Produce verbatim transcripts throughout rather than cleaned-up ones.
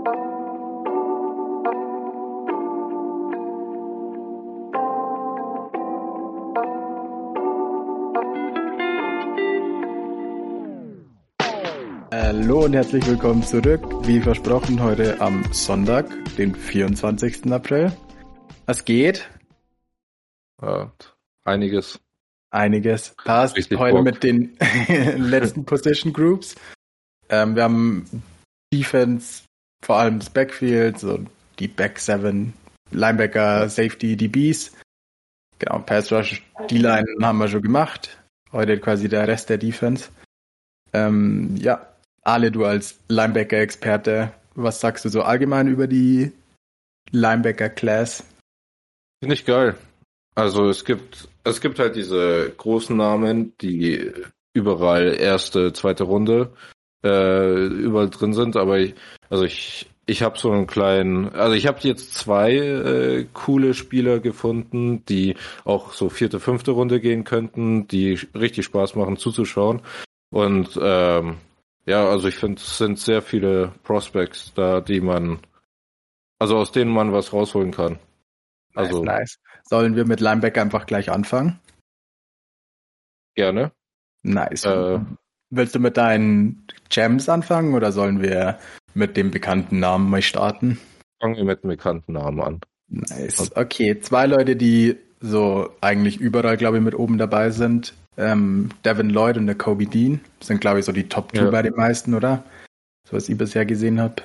Hallo und herzlich willkommen zurück. Wie versprochen, heute am Sonntag, den vierundzwanzigsten April. Was geht? Ja, einiges. Einiges. Passt. Richtig heute Bock. Mit den letzten Position Groups. Ähm, wir haben Defense, vor allem das Backfield, so die Back Seven, Linebacker, Safety, D Bs. Genau, Pass Rush, D-Line haben wir schon gemacht. Heute quasi der Rest der Defense. Ähm, ja. Ale, du als Linebacker-Experte, was sagst du so allgemein über die Linebacker-Class? Finde ich geil. Also es gibt es gibt halt diese großen Namen, die überall erste, zweite Runde äh, überall drin sind, aber ich, also ich ich habe so einen kleinen, also ich habe jetzt zwei äh, coole Spieler gefunden, die auch so vierte, fünfte Runde gehen könnten, die richtig Spaß machen zuzuschauen und ähm, ja, also ich finde, es sind sehr viele Prospects da, die man, also aus denen man was rausholen kann. Nice, Also nice. Sollen wir mit Linebacker einfach gleich anfangen? gerne. Nice. Äh, Willst du mit deinen Gems anfangen oder sollen wir mit dem bekannten Namen mal starten? Fangen wir mit einem bekannten Namen an. Nice. Okay, zwei Leute, die so eigentlich überall, glaube ich, mit oben dabei sind. Ähm, Devin Lloyd und der Kobe Dean sind, glaube ich, so die Top Two Ja. bei den meisten, oder? So was ich bisher gesehen habe.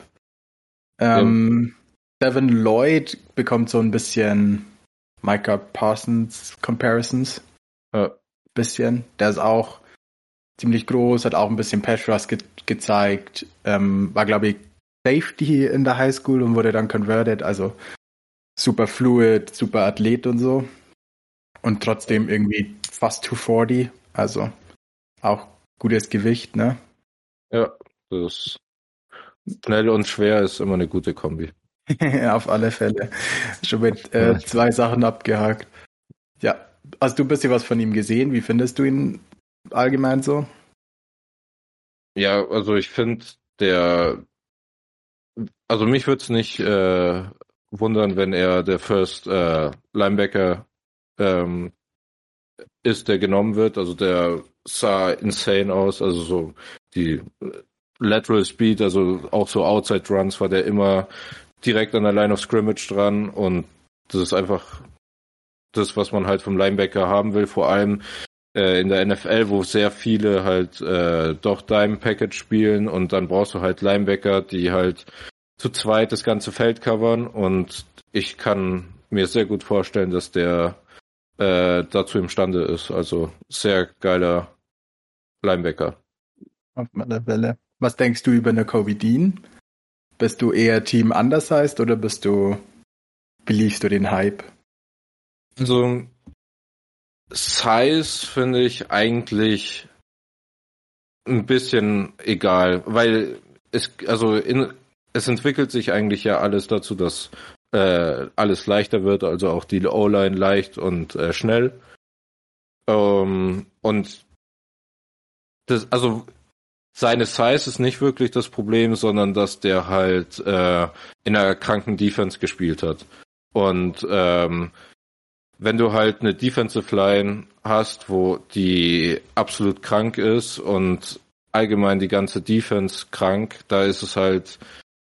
Ähm, ja. Devin Lloyd bekommt so ein bisschen Micah Parsons Comparisons. Ja. Bisschen. Der ist auch ziemlich groß, hat auch ein bisschen Pass Rush ge- gezeigt. Ähm, war, glaube ich, Safety in der Highschool und wurde dann converted. Also super fluid, super Athlet und so. Und trotzdem irgendwie fast zweihundertvierzig. Also auch gutes Gewicht, ne? Ja, das schnell und schwer ist immer eine gute Kombi. Auf alle Fälle. Schon mit äh, zwei Sachen abgehakt. Ja, hast du ein bisschen was von ihm gesehen? Wie findest du ihn allgemein so? Ja, also ich finde, der, also mich würde es nicht äh, wundern, wenn er der First äh, Linebacker ähm, ist, der genommen wird. Also der sah insane aus, also so die Lateral Speed, also auch so Outside Runs war der immer direkt an der Line of Scrimmage dran und das ist einfach das, was man halt vom Linebacker haben will, vor allem äh, in der N F L, wo sehr viele halt äh, doch Dime Package spielen und dann brauchst du halt Linebacker, die halt zu zweit das ganze Feld covern und ich kann mir sehr gut vorstellen, dass der äh, dazu imstande ist. Also sehr geiler Linebacker. Auf meiner Welle. Was denkst du über eine Kobe Dean? Bist du eher Team Undersized oder bist du, beliebst du den Hype? Also Size finde ich eigentlich ein bisschen egal, weil es, also in, es entwickelt sich eigentlich ja alles dazu, dass äh, alles leichter wird, also auch die O-Line leicht und äh, schnell. Ähm, und das, also seine Size ist nicht wirklich das Problem, sondern dass der halt äh, in einer kranken Defense gespielt hat. Und ähm, wenn du halt eine Defensive Line hast, wo die absolut krank ist und allgemein die ganze Defense krank, da ist es halt,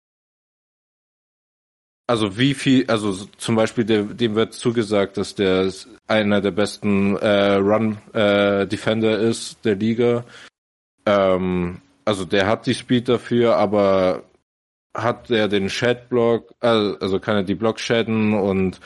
also wie viel, also zum Beispiel der, dem wird zugesagt, dass der einer der besten äh, Run-Defender äh, ist der Liga. Ähm, also der hat die Speed dafür, aber hat er den Shed-Block, also, also kann er die Blocks shedden und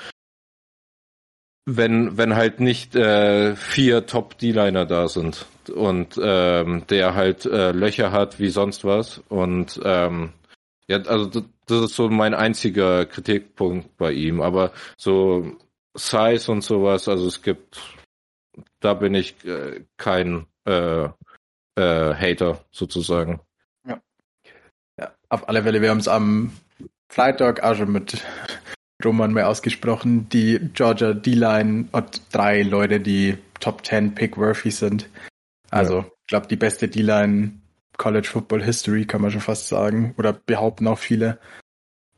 wenn wenn halt nicht äh, vier Top-D-Liner da sind und ähm, der halt äh, Löcher hat wie sonst was und ähm, ja, also das, das ist so mein einziger Kritikpunkt bei ihm, aber so Size und sowas, also es gibt, da bin ich äh, kein äh, äh, Hater sozusagen. Ja. Ja, auf alle Fälle, wir haben es am Flight Dog auch schon mit Roman mal ausgesprochen. Die Georgia D-Line hat drei Leute, die Top zehn Pick-worthy sind. Also, ja. Ich glaube, die beste D-Line College Football History, kann man schon fast sagen. Oder behaupten auch viele.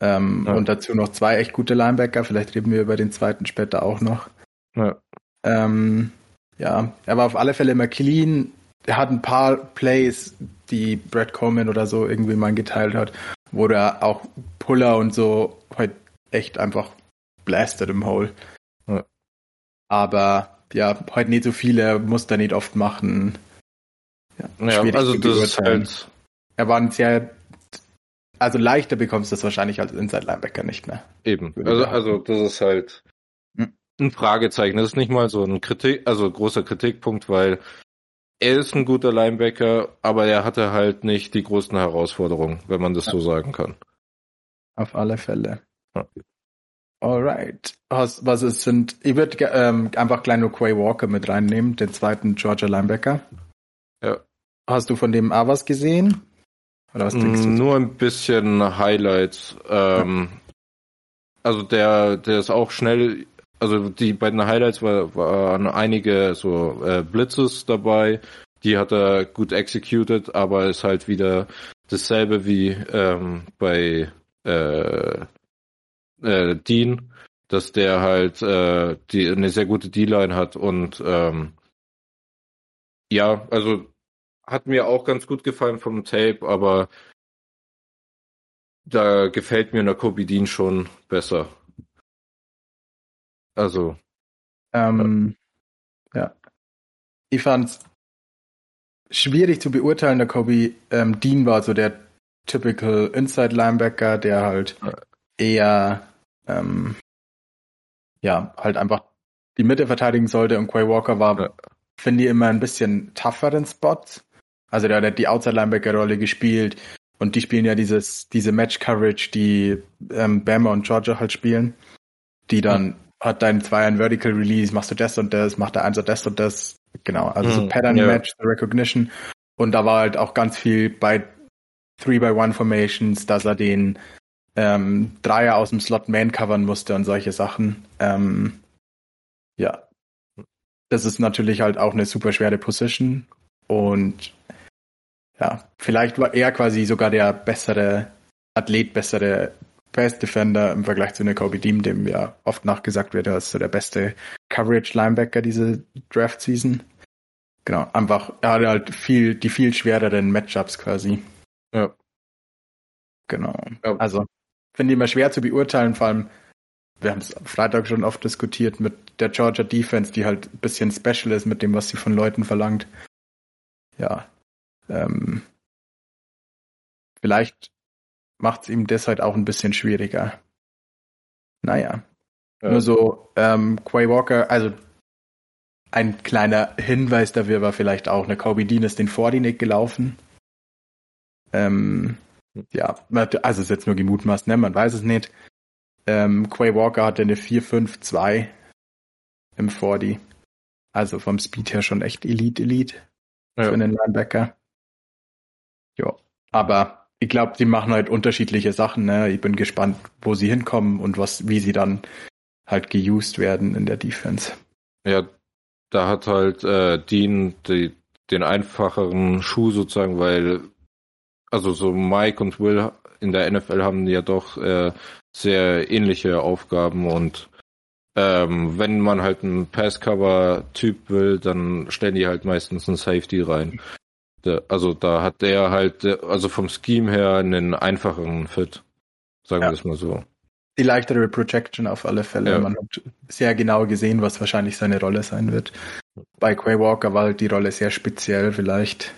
Ähm, Ja. Und dazu noch zwei echt gute Linebacker. Vielleicht reden wir über den zweiten später auch noch. Ja. Ähm, ja, er war auf alle Fälle immer clean. Er hat ein paar Plays, die Brett Coleman oder so irgendwie mal geteilt hat, wo er auch Puller und so halt echt einfach blastet im Hole. Ja. Aber ja, heute nicht so viele, muss er nicht oft machen. Ja, Ja, schwierig also zu das ist beurteilen. halt Er war ein sehr, also leichter bekommst du das wahrscheinlich als Inside Linebacker nicht mehr. eben. Würde ich Also, behaupten. also das ist halt Hm. ein Fragezeichen. Das ist nicht mal so ein Kritik, also großer Kritikpunkt, weil er ist ein guter Linebacker, aber er hatte halt nicht die großen Herausforderungen, wenn man das Ja. so sagen kann. Auf alle Fälle. Ja. Alright. Was, was es sind, ich würde ähm, einfach gleich nur Quay Walker mit reinnehmen, den zweiten Georgia Linebacker. Ja. Hast du von dem auch was gesehen? Oder was denkst du? Mm, Nur ein bisschen Highlights. Ähm, also der, der ist auch schnell, also die bei den Highlights war, waren einige so äh, Blitzes dabei, die hat er gut executed, aber ist halt wieder dasselbe wie ähm, bei äh, äh, Dean, dass der halt äh, die eine sehr gute D-Line hat und ähm, ja, also hat mir auch ganz gut gefallen vom Tape, aber da gefällt mir Nakobe Dean schon besser. Also, Ähm, ja. Ich fand's schwierig zu beurteilen. Der Kobe ähm, Dean war so der typical Inside Linebacker, der halt Ja. eher ähm, ja halt einfach die Mitte verteidigen sollte und Quay Walker war, Ja. finde ich, immer ein bisschen tougheren Spots. Also der hat die Outside Linebacker Rolle gespielt und die spielen ja dieses diese Match Coverage, die ähm, Bama und Georgia halt spielen, die dann hat dein Zweier ein Vertical Release, machst du das und das, macht der Einser das und das. Genau, also so Mhm, Pattern ja. Match, Recognition. Und da war halt auch ganz viel bei three by one Formations, dass er den ähm, Dreier aus dem Slot Man covern musste und solche Sachen. Ähm, ja. Das ist natürlich halt auch eine super schwere Position. Und ja, vielleicht war er quasi sogar der bessere Athlet, bessere Pass Defender im Vergleich zu Nakobe Dean, dem ja oft nachgesagt wird, er ist so der beste Coverage Linebacker diese Draft Season. Genau, einfach, er hatte halt viel, die viel schwereren Matchups quasi. Ja. Genau. Ja. Also, finde ich immer schwer zu beurteilen, vor allem, wir haben es am Freitag schon oft diskutiert mit der Georgia Defense, die halt ein bisschen special ist mit dem, was sie von Leuten verlangt. Ja. Ähm, vielleicht macht es ihm das halt auch ein bisschen schwieriger. Naja. Ja. Nur so, ähm, Quay Walker, also ein kleiner Hinweis dafür war vielleicht auch, eine Kobe Dean ist den vierzig nicht gelaufen. Ähm, ja, also ist jetzt nur gemutmaßt, ne? Man weiß es nicht. Ähm, Quay Walker hatte eine vier fünf zwei im vierzig. Also vom Speed her schon echt Elite, Elite Ja. für einen Linebacker. Ja, aber ich glaube, die machen halt unterschiedliche Sachen. Ne? Ich bin gespannt, wo sie hinkommen und was, wie sie dann halt geused werden in der Defense. Ja, da hat halt äh, Dean die, den einfacheren Schuh sozusagen, weil also so Mike und Will in der N F L haben ja doch äh, sehr ähnliche Aufgaben und ähm, wenn man halt einen Pass-Cover-Typ will, dann stellen die halt meistens einen Safety rein. Der, also da hat der halt, also vom Scheme her einen einfacheren Fit, sagen Ja. wir es mal so. Die leichtere Projection auf alle Fälle. Ja. Man hat sehr genau gesehen, was wahrscheinlich seine Rolle sein wird. Bei Quay Walker war halt die Rolle sehr speziell vielleicht.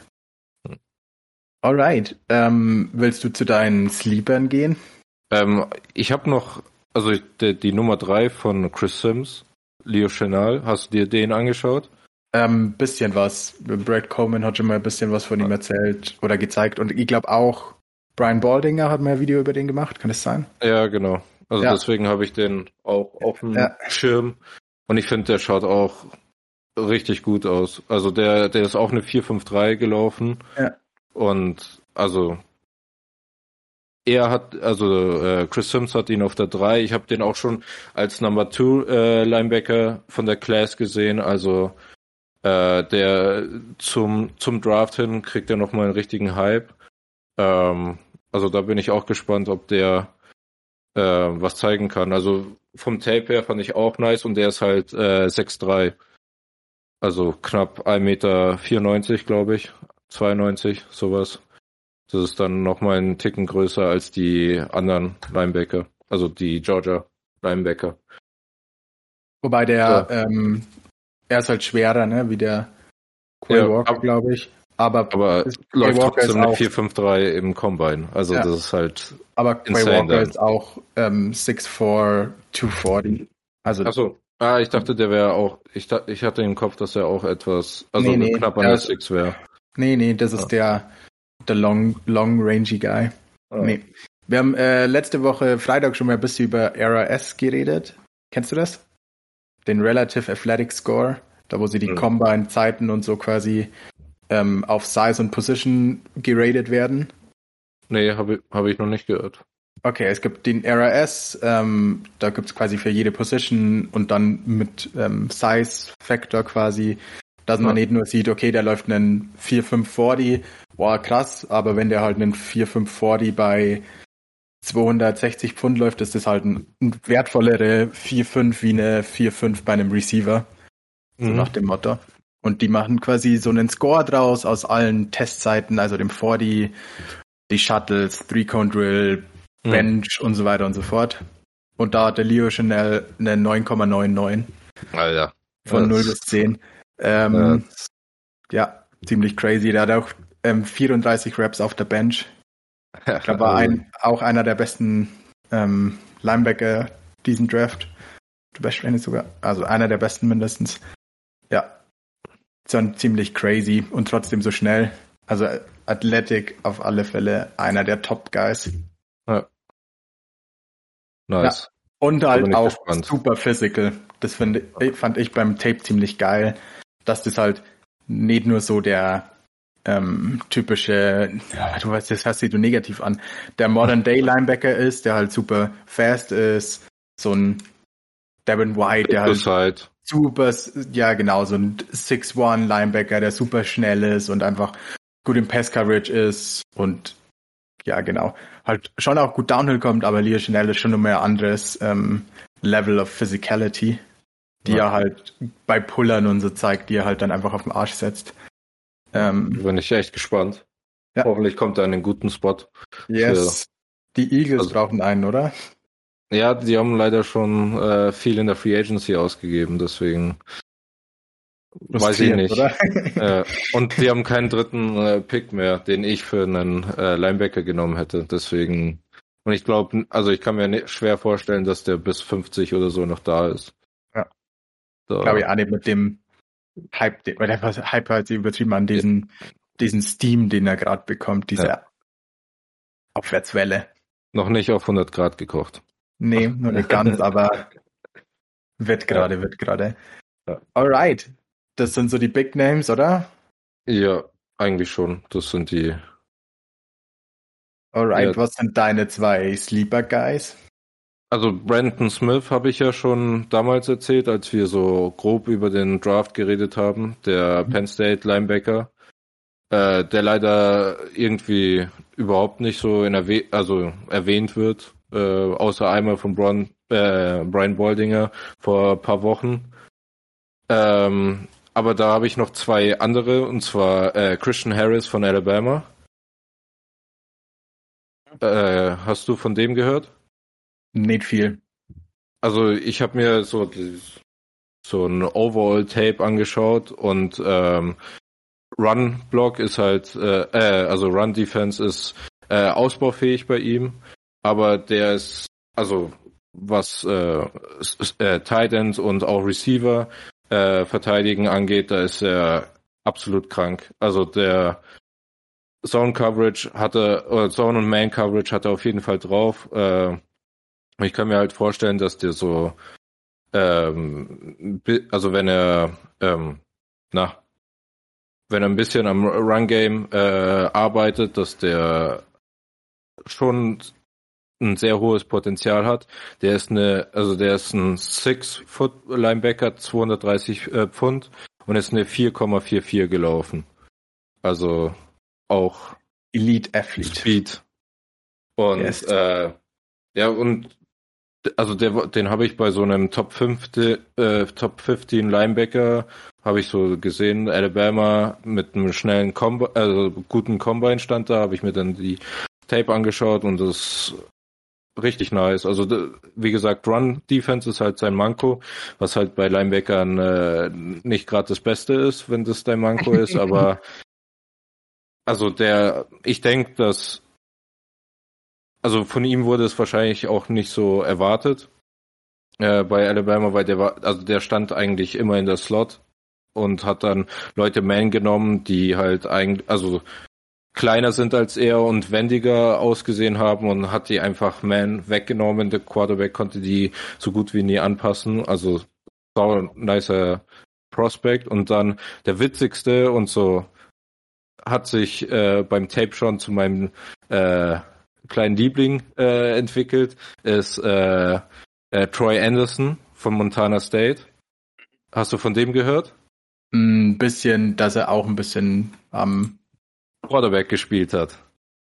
Alright. Ähm, willst du zu deinen Sleepern gehen? Ähm, ich habe noch, also die, die Nummer drei von Chris Sims, Leo Chenal, hast du dir den angeschaut? Ähm, bisschen was. Brad Coleman hat schon mal ein bisschen was von ihm erzählt oder gezeigt. Und ich glaube auch, Brian Baldinger hat mal ein Video über den gemacht. Kann das sein? Ja, genau. Also Ja. deswegen habe ich den auch auf dem Ja. Schirm. Und ich finde, der schaut auch richtig gut aus. Also der, der ist auch eine vier fünf drei gelaufen. Ja. Und also er hat, also äh, Chris Sims hat ihn auf der drei. Ich habe den auch schon als Number two äh, Linebacker von der Class gesehen. Also äh, der zum zum Draft hin kriegt er nochmal einen richtigen Hype. Ähm, also da bin ich auch gespannt, ob der äh, was zeigen kann. Also vom Tape her fand ich auch nice und der ist halt äh, sechs drei. Also knapp ein Meter vierundneunzig, glaube ich. zweiundneunzig, sowas. Das ist dann nochmal einen Ticken größer als die anderen Linebacker. Also die Georgia Linebacker. Wobei der, Ja. ähm, er ist halt schwerer, ne, wie der Quay Ja, Walker, ab- glaube ich. Aber, Aber Quay läuft Walker ist trotzdem eine auch, vier fünf drei im Combine. Also Ja. das ist halt aber Quay insane Walker dann. ist auch ähm, six four, two forty. Also, Achso. Ah, ich dachte, der wäre auch, ich, da- ich hatte im Kopf, dass er auch etwas, also Nee, nee, knapp an der der ist- six wäre. nee, nee, das ist der, der long, long rangy Guy. Ah. Nee. Wir haben äh, letzte Woche Freitag schon mal ein bisschen über R A S geredet. Kennst du das? Den Relative Athletic Score, da wo sie die Mhm. Combine-Zeiten und so quasi ähm, auf Size und Position geratet werden. Nee, habe ich, hab ich noch nicht gehört. Okay, es gibt den R A S, ähm, da gibt es quasi für jede Position und dann mit ähm, Size-Factor quasi, dass man Ja. nicht nur sieht, okay, der läuft einen vier fünf vierzig, boah, krass, aber wenn der halt einen vier fünf vierzig bei zweihundertsechzig Pfund läuft, ist das halt ein, ein wertvollere vier fünf wie eine vier fünf bei einem Receiver, so Mhm. nach dem Motto. Und die machen quasi so einen Score draus aus allen Testzeiten, also dem vierzig, die Shuttles, Three-Cone-Drill, Mhm. Bench und so weiter und so fort. Und da hat der Leo Chanel eine neun Komma neunundneunzig Alter. von null Das- bis zehn. Ähm, ja, ziemlich crazy. Der hat auch ähm, vierunddreißig Reps auf der Bench. Ich glaube, war Also, ein, auch einer der besten ähm, Linebacker diesen Draft. Der beste wenn nicht sogar. Also einer der besten mindestens. Ja. Schon ziemlich crazy und trotzdem so schnell. Also Athletic auf alle Fälle einer der Top-Guys. ja. Nice. Und Da bin halt ich auch gespannt. super physical. Das finde, fand ich beim Tape ziemlich geil, dass das halt nicht nur so der ähm, typische, ja, du weißt, das hört sich so negativ an, der Modern Day Linebacker ist, der halt super fast ist, so ein Devin White, der halt Side. super, ja genau, so ein six one Linebacker, der super schnell ist und einfach gut im Pass Coverage ist und ja genau, halt schon auch gut Downhill kommt, aber Leo Chanel ist schon nochmal ein anderes ähm, Level of Physicality, die Ja. er halt bei Pullern und so zeigt, die er halt dann einfach auf den Arsch setzt. Ähm, Bin ich echt gespannt. Ja. Hoffentlich kommt er in einen guten Spot. yes. Die Eagles Also- brauchen einen, oder? Ja, die haben leider schon äh, viel in der Free Agency ausgegeben, deswegen weiß ich Frustrierend, nicht. oder? Äh, und die haben keinen dritten äh, Pick mehr, den ich für einen äh, Linebacker genommen hätte. Deswegen, und ich glaube, also ich kann mir nicht schwer vorstellen, dass der bis fünfzig oder so noch da ist. Ja. Da, Glaube ich auch nicht mit dem Hype, den- weil der Hype halt übertrieben an diesen, diesen Steam, den er gerade bekommt, diese Ja. Aufwärtswelle. Noch nicht auf hundert Grad gekocht. Nee, noch nicht ganz, aber wird gerade, wird gerade. Ja. Alright. Das sind so die Big Names, oder? Ja, eigentlich schon. Das sind die. Alright, Ja. was sind deine zwei Sleeper Guys? Also Brandon Smith habe ich ja schon damals erzählt, als wir so grob über den Draft geredet haben, der Mhm. Penn State Linebacker, äh, der leider irgendwie überhaupt nicht so in erwäh- also erwähnt wird, äh, außer einmal von Brian, äh, Brian Baldinger vor ein paar Wochen. Ähm, aber da habe ich noch zwei andere, und zwar äh, Christian Harris von Alabama. Äh, hast du von dem gehört? Nicht viel. Also ich habe mir so dieses, so ein Overall-Tape angeschaut und ähm, Run-Block ist halt, äh, äh, also Run-Defense ist äh, ausbaufähig bei ihm, aber der ist, also was äh, s- s- äh, Tight Ends und auch Receiver äh, verteidigen angeht, da ist er absolut krank. Also der Zone Coverage hatte, oder Zone und Man Coverage hat er auf jeden Fall drauf. Äh, ich kann mir halt vorstellen, dass der so, ähm, bi- also wenn er, ähm, na, wenn er ein bisschen am Run Game äh, arbeitet, dass der schon ein sehr hohes Potenzial hat. Der ist eine, also der ist ein Six-Foot-Linebacker, zweihundertdreißig äh, Pfund und ist eine vier Komma vierundvierzig gelaufen. Also auch Elite Athlete. Speed. Und Yes. äh, ja, und also der, den habe ich bei so einem Top fünfzehn, äh, Top fünfzehn Linebacker, habe ich so gesehen, Alabama mit einem schnellen Combi, also guten Combine stand da, habe ich mir dann die Tape angeschaut und das ist richtig nice. Also wie gesagt, Run-Defense ist halt sein Manko, was halt bei Linebackern äh, nicht gerade das Beste ist, wenn das dein Manko ist, aber also der, ich denke, dass also von ihm wurde es wahrscheinlich auch nicht so erwartet äh, bei Alabama, weil der war, also der stand eigentlich immer in der Slot und hat dann Leute Man genommen, die halt eigentlich, also kleiner sind als er und wendiger ausgesehen haben und hat die einfach Man weggenommen. Der Quarterback konnte die so gut wie nie anpassen. Also so ein nicer Prospect. Und dann der witzigste und so hat sich äh, beim Tape schon zu meinem äh, kleinen Liebling äh, entwickelt, ist äh, äh, Troy Anderson von Montana State. Hast du von dem gehört? Ein bisschen, dass er auch ein bisschen am ähm Quarterback gespielt hat.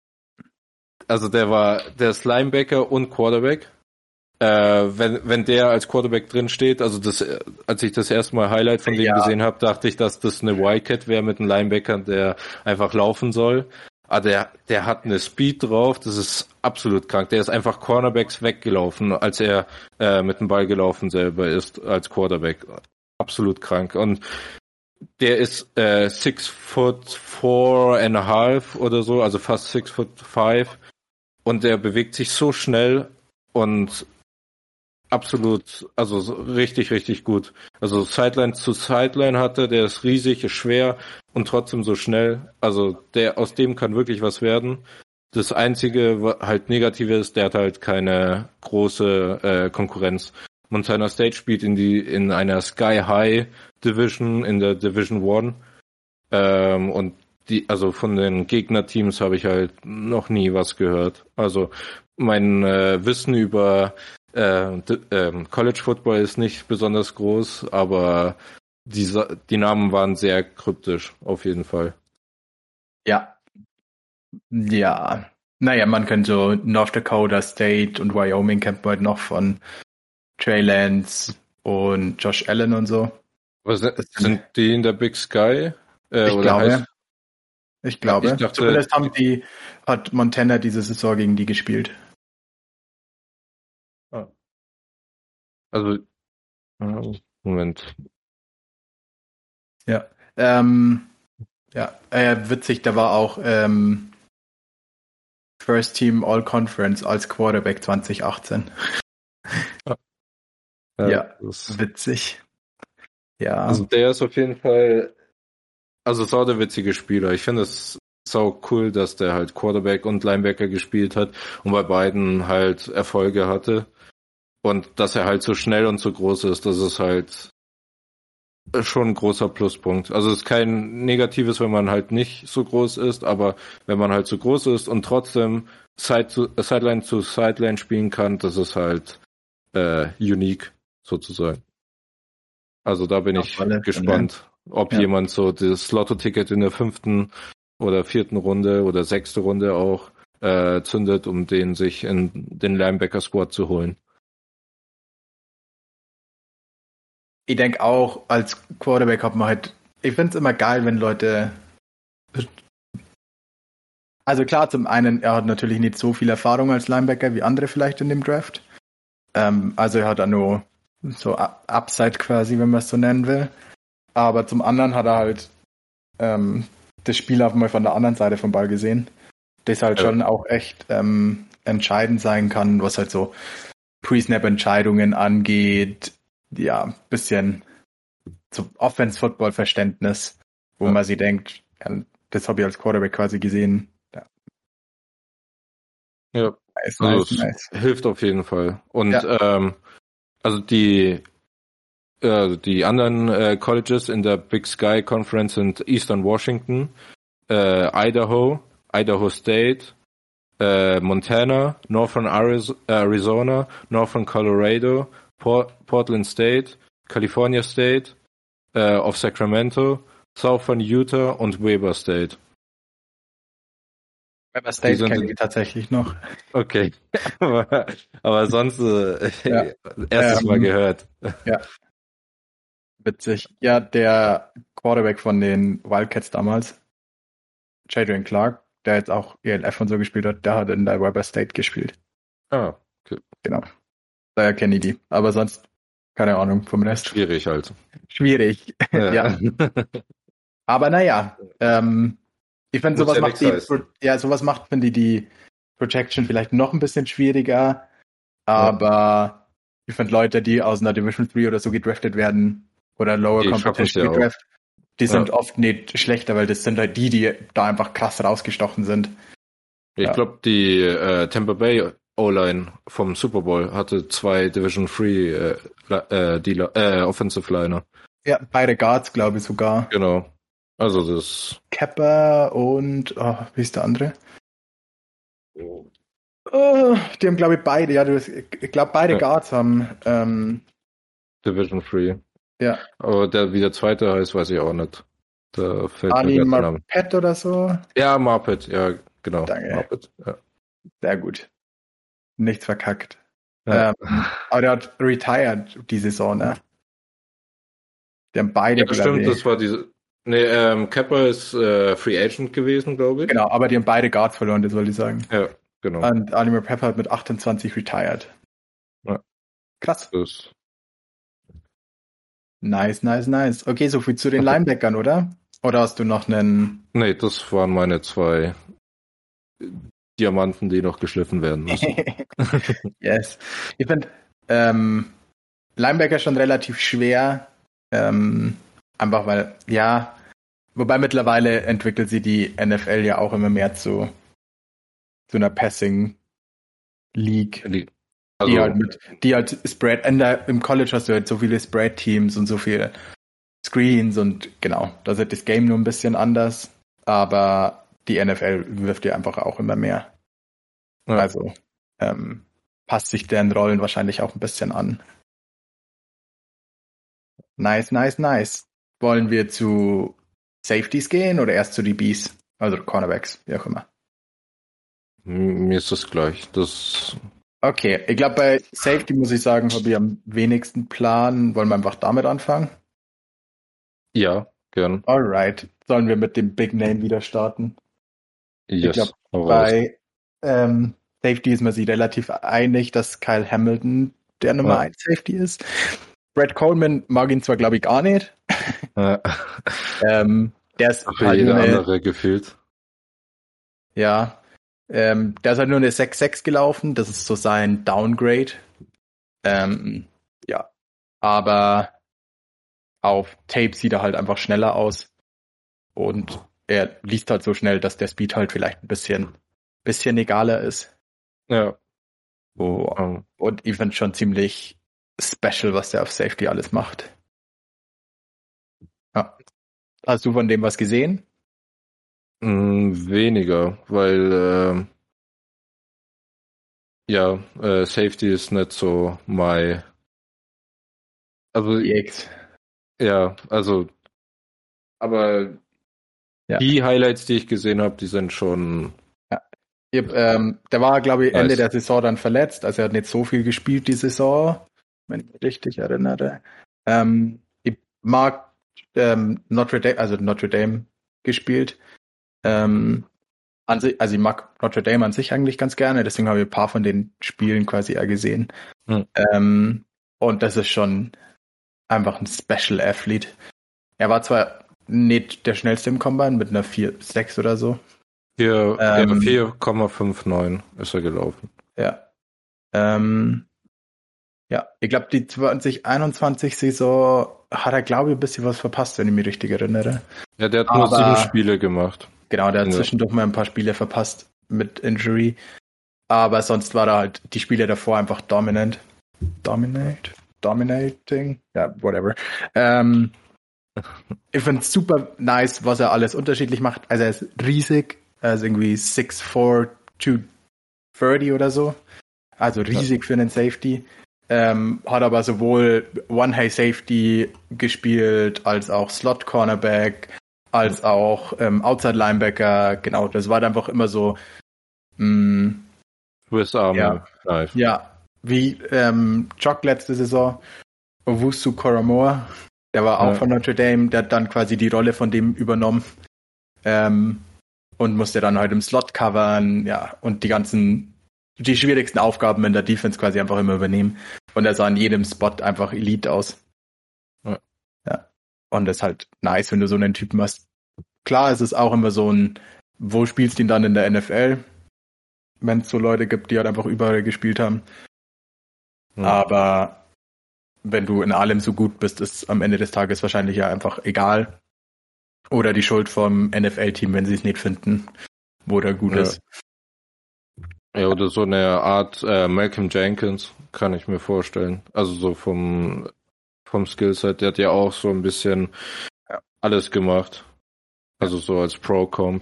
Also der war, der ist Linebacker und Quarterback. Äh, wenn, wenn der als Quarterback drin steht, also das, als ich das erste Mal Highlight von dem ja. gesehen habe, dachte ich, dass das eine Wildcat wäre mit einem Linebacker, der einfach laufen soll. Aber der, der hat eine Speed drauf, das ist absolut krank. Der ist einfach Cornerbacks weggelaufen, als er äh, mit dem Ball gelaufen selber ist als Quarterback. Absolut krank. Und der ist äh, six foot four and a half oder so, also fast six foot five. Und der bewegt sich so schnell und absolut, also so richtig, richtig gut. Also Sideline zu Sideline hatte, der ist riesig, ist schwer und trotzdem so schnell. Also der, aus dem kann wirklich was werden. Das Einzige, was halt Negative ist, der hat halt keine große äh, Konkurrenz. Montana State spielt in die in einer Sky High Division, in der Division One. Ähm, und die, also von den Gegnerteams habe ich halt noch nie was gehört. Also mein äh, Wissen über äh, d- äh, College Football ist nicht besonders groß, aber die, die Namen waren sehr kryptisch, auf jeden Fall. Ja. Ja. Naja, man könnte so North Dakota State und Wyoming kennt man halt noch von Trey Lance und Josh Allen und so. Was sind, sind die in der Big Sky? Äh, ich oder glaube. heißt, ich glaube. Ich dachte, Zumindest haben die, hat Montana diese Saison gegen die gespielt. Also, Moment. Ja. Ähm, ja, äh, witzig, da war auch ähm, First Team All Conference als Quarterback zwanzig achtzehn. Ja, ja, das, witzig. Ja. Also der ist auf jeden Fall, also sau der witzige Spieler. Ich finde es sau cool, dass der halt Quarterback und Linebacker gespielt hat und bei beiden halt Erfolge hatte. Und dass er halt so schnell und so groß ist, das ist halt schon ein großer Pluspunkt. Also es ist kein Negatives, wenn man halt nicht so groß ist, aber wenn man halt so groß ist und trotzdem Side zu, Sideline zu Sideline spielen kann, das ist halt äh, unique sozusagen. Also da bin ja, ich gespannt, Fälle. ob ja. jemand so das Lotto-Ticket in der fünften oder vierten Runde oder sechste Runde auch äh, zündet, um den sich in den Linebacker-Squad zu holen. Ich denke auch, als Quarterback hat man halt, ich finde es immer geil, wenn Leute, also klar, zum einen, er hat natürlich nicht so viel Erfahrung als Linebacker wie andere vielleicht in dem Draft. Ähm, also er hat da nur so Upside quasi, wenn man es so nennen will. Aber zum anderen hat er halt ähm, das Spiel auch mal von der anderen Seite vom Ball gesehen, das halt ja. schon auch echt ähm, entscheidend sein kann, was halt so Pre-Snap-Entscheidungen angeht, ja, bisschen so Offense-Football-Verständnis, wo ja. man sich denkt, ja, das habe ich als Quarterback quasi gesehen. Ja, ja. Nice, also nice, nice. Hilft auf jeden Fall. Und ja. ähm, also die äh, die anderen äh, Colleges in der Big Sky Conference sind Eastern Washington, äh, Idaho, Idaho State, äh, Montana, Northern Arizona, Northern Colorado, Port- Portland State, California State äh, of Sacramento, Southern Utah und Weber State. Weber State kennen die tatsächlich noch. Okay. aber, aber sonst äh, Ja. erstes ähm, Mal gehört. Ja. Witzig. Ja, der Quarterback von den Wildcats damals, Jadrian Clark, der jetzt auch E L F und so gespielt hat, der hat in der Weber State gespielt. Ah, okay. Genau. Daher kenne ich die. Aber sonst, keine Ahnung vom Rest. Schwierig halt. Schwierig. Ja. ja. Aber naja, ähm, ich finde, sowas ja macht die, heißen. ja, sowas macht, finde ich, die Projection vielleicht noch ein bisschen schwieriger. Aber ja. Ich finde, Leute, die aus einer Division drei oder so gedraftet werden oder Lower die Competition ja gedraftet, die sind ja. oft nicht schlechter, weil das sind halt die, die da einfach krass rausgestochen sind. Ich ja. glaube, die äh, Tampa Bay O-Line vom Super Bowl hatte zwei Division drei äh, äh, Dealer, äh, Offensive Liner. Ja, beide Guards, glaube ich sogar. Genau. Also das. Kepper und oh, wie ist der andere? Oh, die haben, glaube ich, beide, ja, ich glaube, beide ja. Guards haben ähm, Division drei. Ja. Aber der, wie der zweite heißt, weiß ich auch nicht. Da fällt Ali Marpet oder so? Ja, Marpet, ja, genau. Danke. Marpet, ja. Sehr gut. Nichts verkackt. Ja. Ähm, aber der hat retired die Saison, ne? Die haben beide. Ja, stimmt, das war diese. Nee, ähm, Kepper ist äh, Free Agent gewesen, glaube ich. Genau, aber die haben beide Guards verloren, das wollte ich sagen. Ja, genau. Und Ali Marpet hat mit achtundzwanzig retired. Ja. Krass. Das. Nice, nice, nice. Okay, so viel zu den okay. Linebackern, oder? Oder hast du noch einen... Nee, das waren meine zwei Diamanten, die noch geschliffen werden müssen. Yes. Ich finde ähm, Linebacker schon relativ schwer. Ähm, einfach weil, ja, wobei mittlerweile entwickelt sie die N F L ja auch immer mehr zu, zu einer Passing League. Die, also, die halt mit, die halt Spread, in der, im College hast du halt so viele Spread-Teams und so viele Screens und genau, da ist das Game nur ein bisschen anders, aber die N F L wirft dir einfach auch immer mehr. Ja. Also ähm, passt sich deren Rollen wahrscheinlich auch ein bisschen an. Nice, nice, nice. Wollen wir zu Safeties gehen oder erst zu D Bs? Also Cornerbacks, wie auch immer. Mir ist das gleich. Das okay, ich glaube bei Safety muss ich sagen, habe ich am wenigsten Plan. Wollen wir einfach damit anfangen? Ja, gern. Alright. Sollen wir mit dem Big Name wieder starten? Yes, ich glaube, bei ähm, Safety ist man sich relativ einig, dass Kyle Hamilton der Nummer ja. eins Safety ist. Brett Coleman mag ihn zwar, glaube ich, gar nicht. Ja. ähm, der ist für halt jeder eine, andere gefühlt. Ja. Ähm, der ist halt nur eine sechs sechs gelaufen. Das ist so sein Downgrade. Ähm, ja. Aber auf Tape sieht er halt einfach schneller aus. Und er liest halt so schnell, dass der Speed halt vielleicht ein bisschen, bisschen egaler ist. Ja. Oh, um. Und ich finde schon ziemlich special, was der auf Safety alles macht. Ja. Hast du von dem was gesehen? Mm, weniger, weil äh, ja, äh, Safety ist nicht so my. Also X. Ja, also aber ja. Die Highlights, die ich gesehen habe, die sind schon. Ja. Ich hab, ähm, der war, glaube ich, Ende nice. der Saison dann verletzt, also er hat nicht so viel gespielt die Saison, wenn ich mich richtig erinnere. Ähm, ich mag ähm, Notre Dame, also Notre Dame gespielt. Ähm, an sich, also ich mag Notre Dame an sich eigentlich ganz gerne, deswegen habe ich ein paar von den Spielen quasi eher gesehen. Hm. Ähm, und das ist schon einfach ein Special Athlete. Er war zwar nicht der schnellste im Combine mit einer vier sechs oder so. Hier, ähm, vier Komma fünf neun ist er gelaufen. Ja. Ähm, ja, ich glaube, die zwanzig einundzwanzig Saison hat er, glaube ich, ein bisschen was verpasst, wenn ich mich richtig erinnere. Ja, der hat nur Aber, sieben Spiele gemacht. Genau, der hat ja. zwischendurch mal ein paar Spiele verpasst mit Injury. Aber sonst war er halt die Spiele davor einfach dominant. Dominate? Dominating? Ja, whatever. Ähm, ich finde es super nice, was er alles unterschiedlich macht. Also er ist riesig, er ist irgendwie six four, two thirty oder so. Also riesig ja. für einen Safety. Ähm, hat aber sowohl One-High Safety gespielt, als auch Slot-Cornerback, als auch ähm, Outside Linebacker. Genau, das war einfach immer so. Mh, Swiss Army ja, Knife. ja, wie ähm, Jock letzte Saison, Owusu Koramoah, der war auch Ja. von Notre Dame, der hat dann quasi die Rolle von dem übernommen ähm, und musste dann halt im Slot covern, ja, und die ganzen, die schwierigsten Aufgaben in der Defense quasi einfach immer übernehmen. Und er sah in jedem Spot einfach Elite aus. Ja. Ja. Und das ist halt nice, wenn du so einen Typen hast. Klar, es ist auch immer so ein, wo spielst du ihn dann in der N F L? Wenn es so Leute gibt, die halt einfach überall gespielt haben. Ja. Aber wenn du in allem so gut bist, ist am Ende des Tages wahrscheinlich ja einfach egal. Oder die Schuld vom N F L-Team, wenn sie es nicht finden, wo der gut Ja. ist. Ja, oder so eine Art äh, Malcolm Jenkins, kann ich mir vorstellen. Also so vom, vom Skillset, der hat ja auch so ein bisschen Ja. alles gemacht. Also so als Pro-Comp.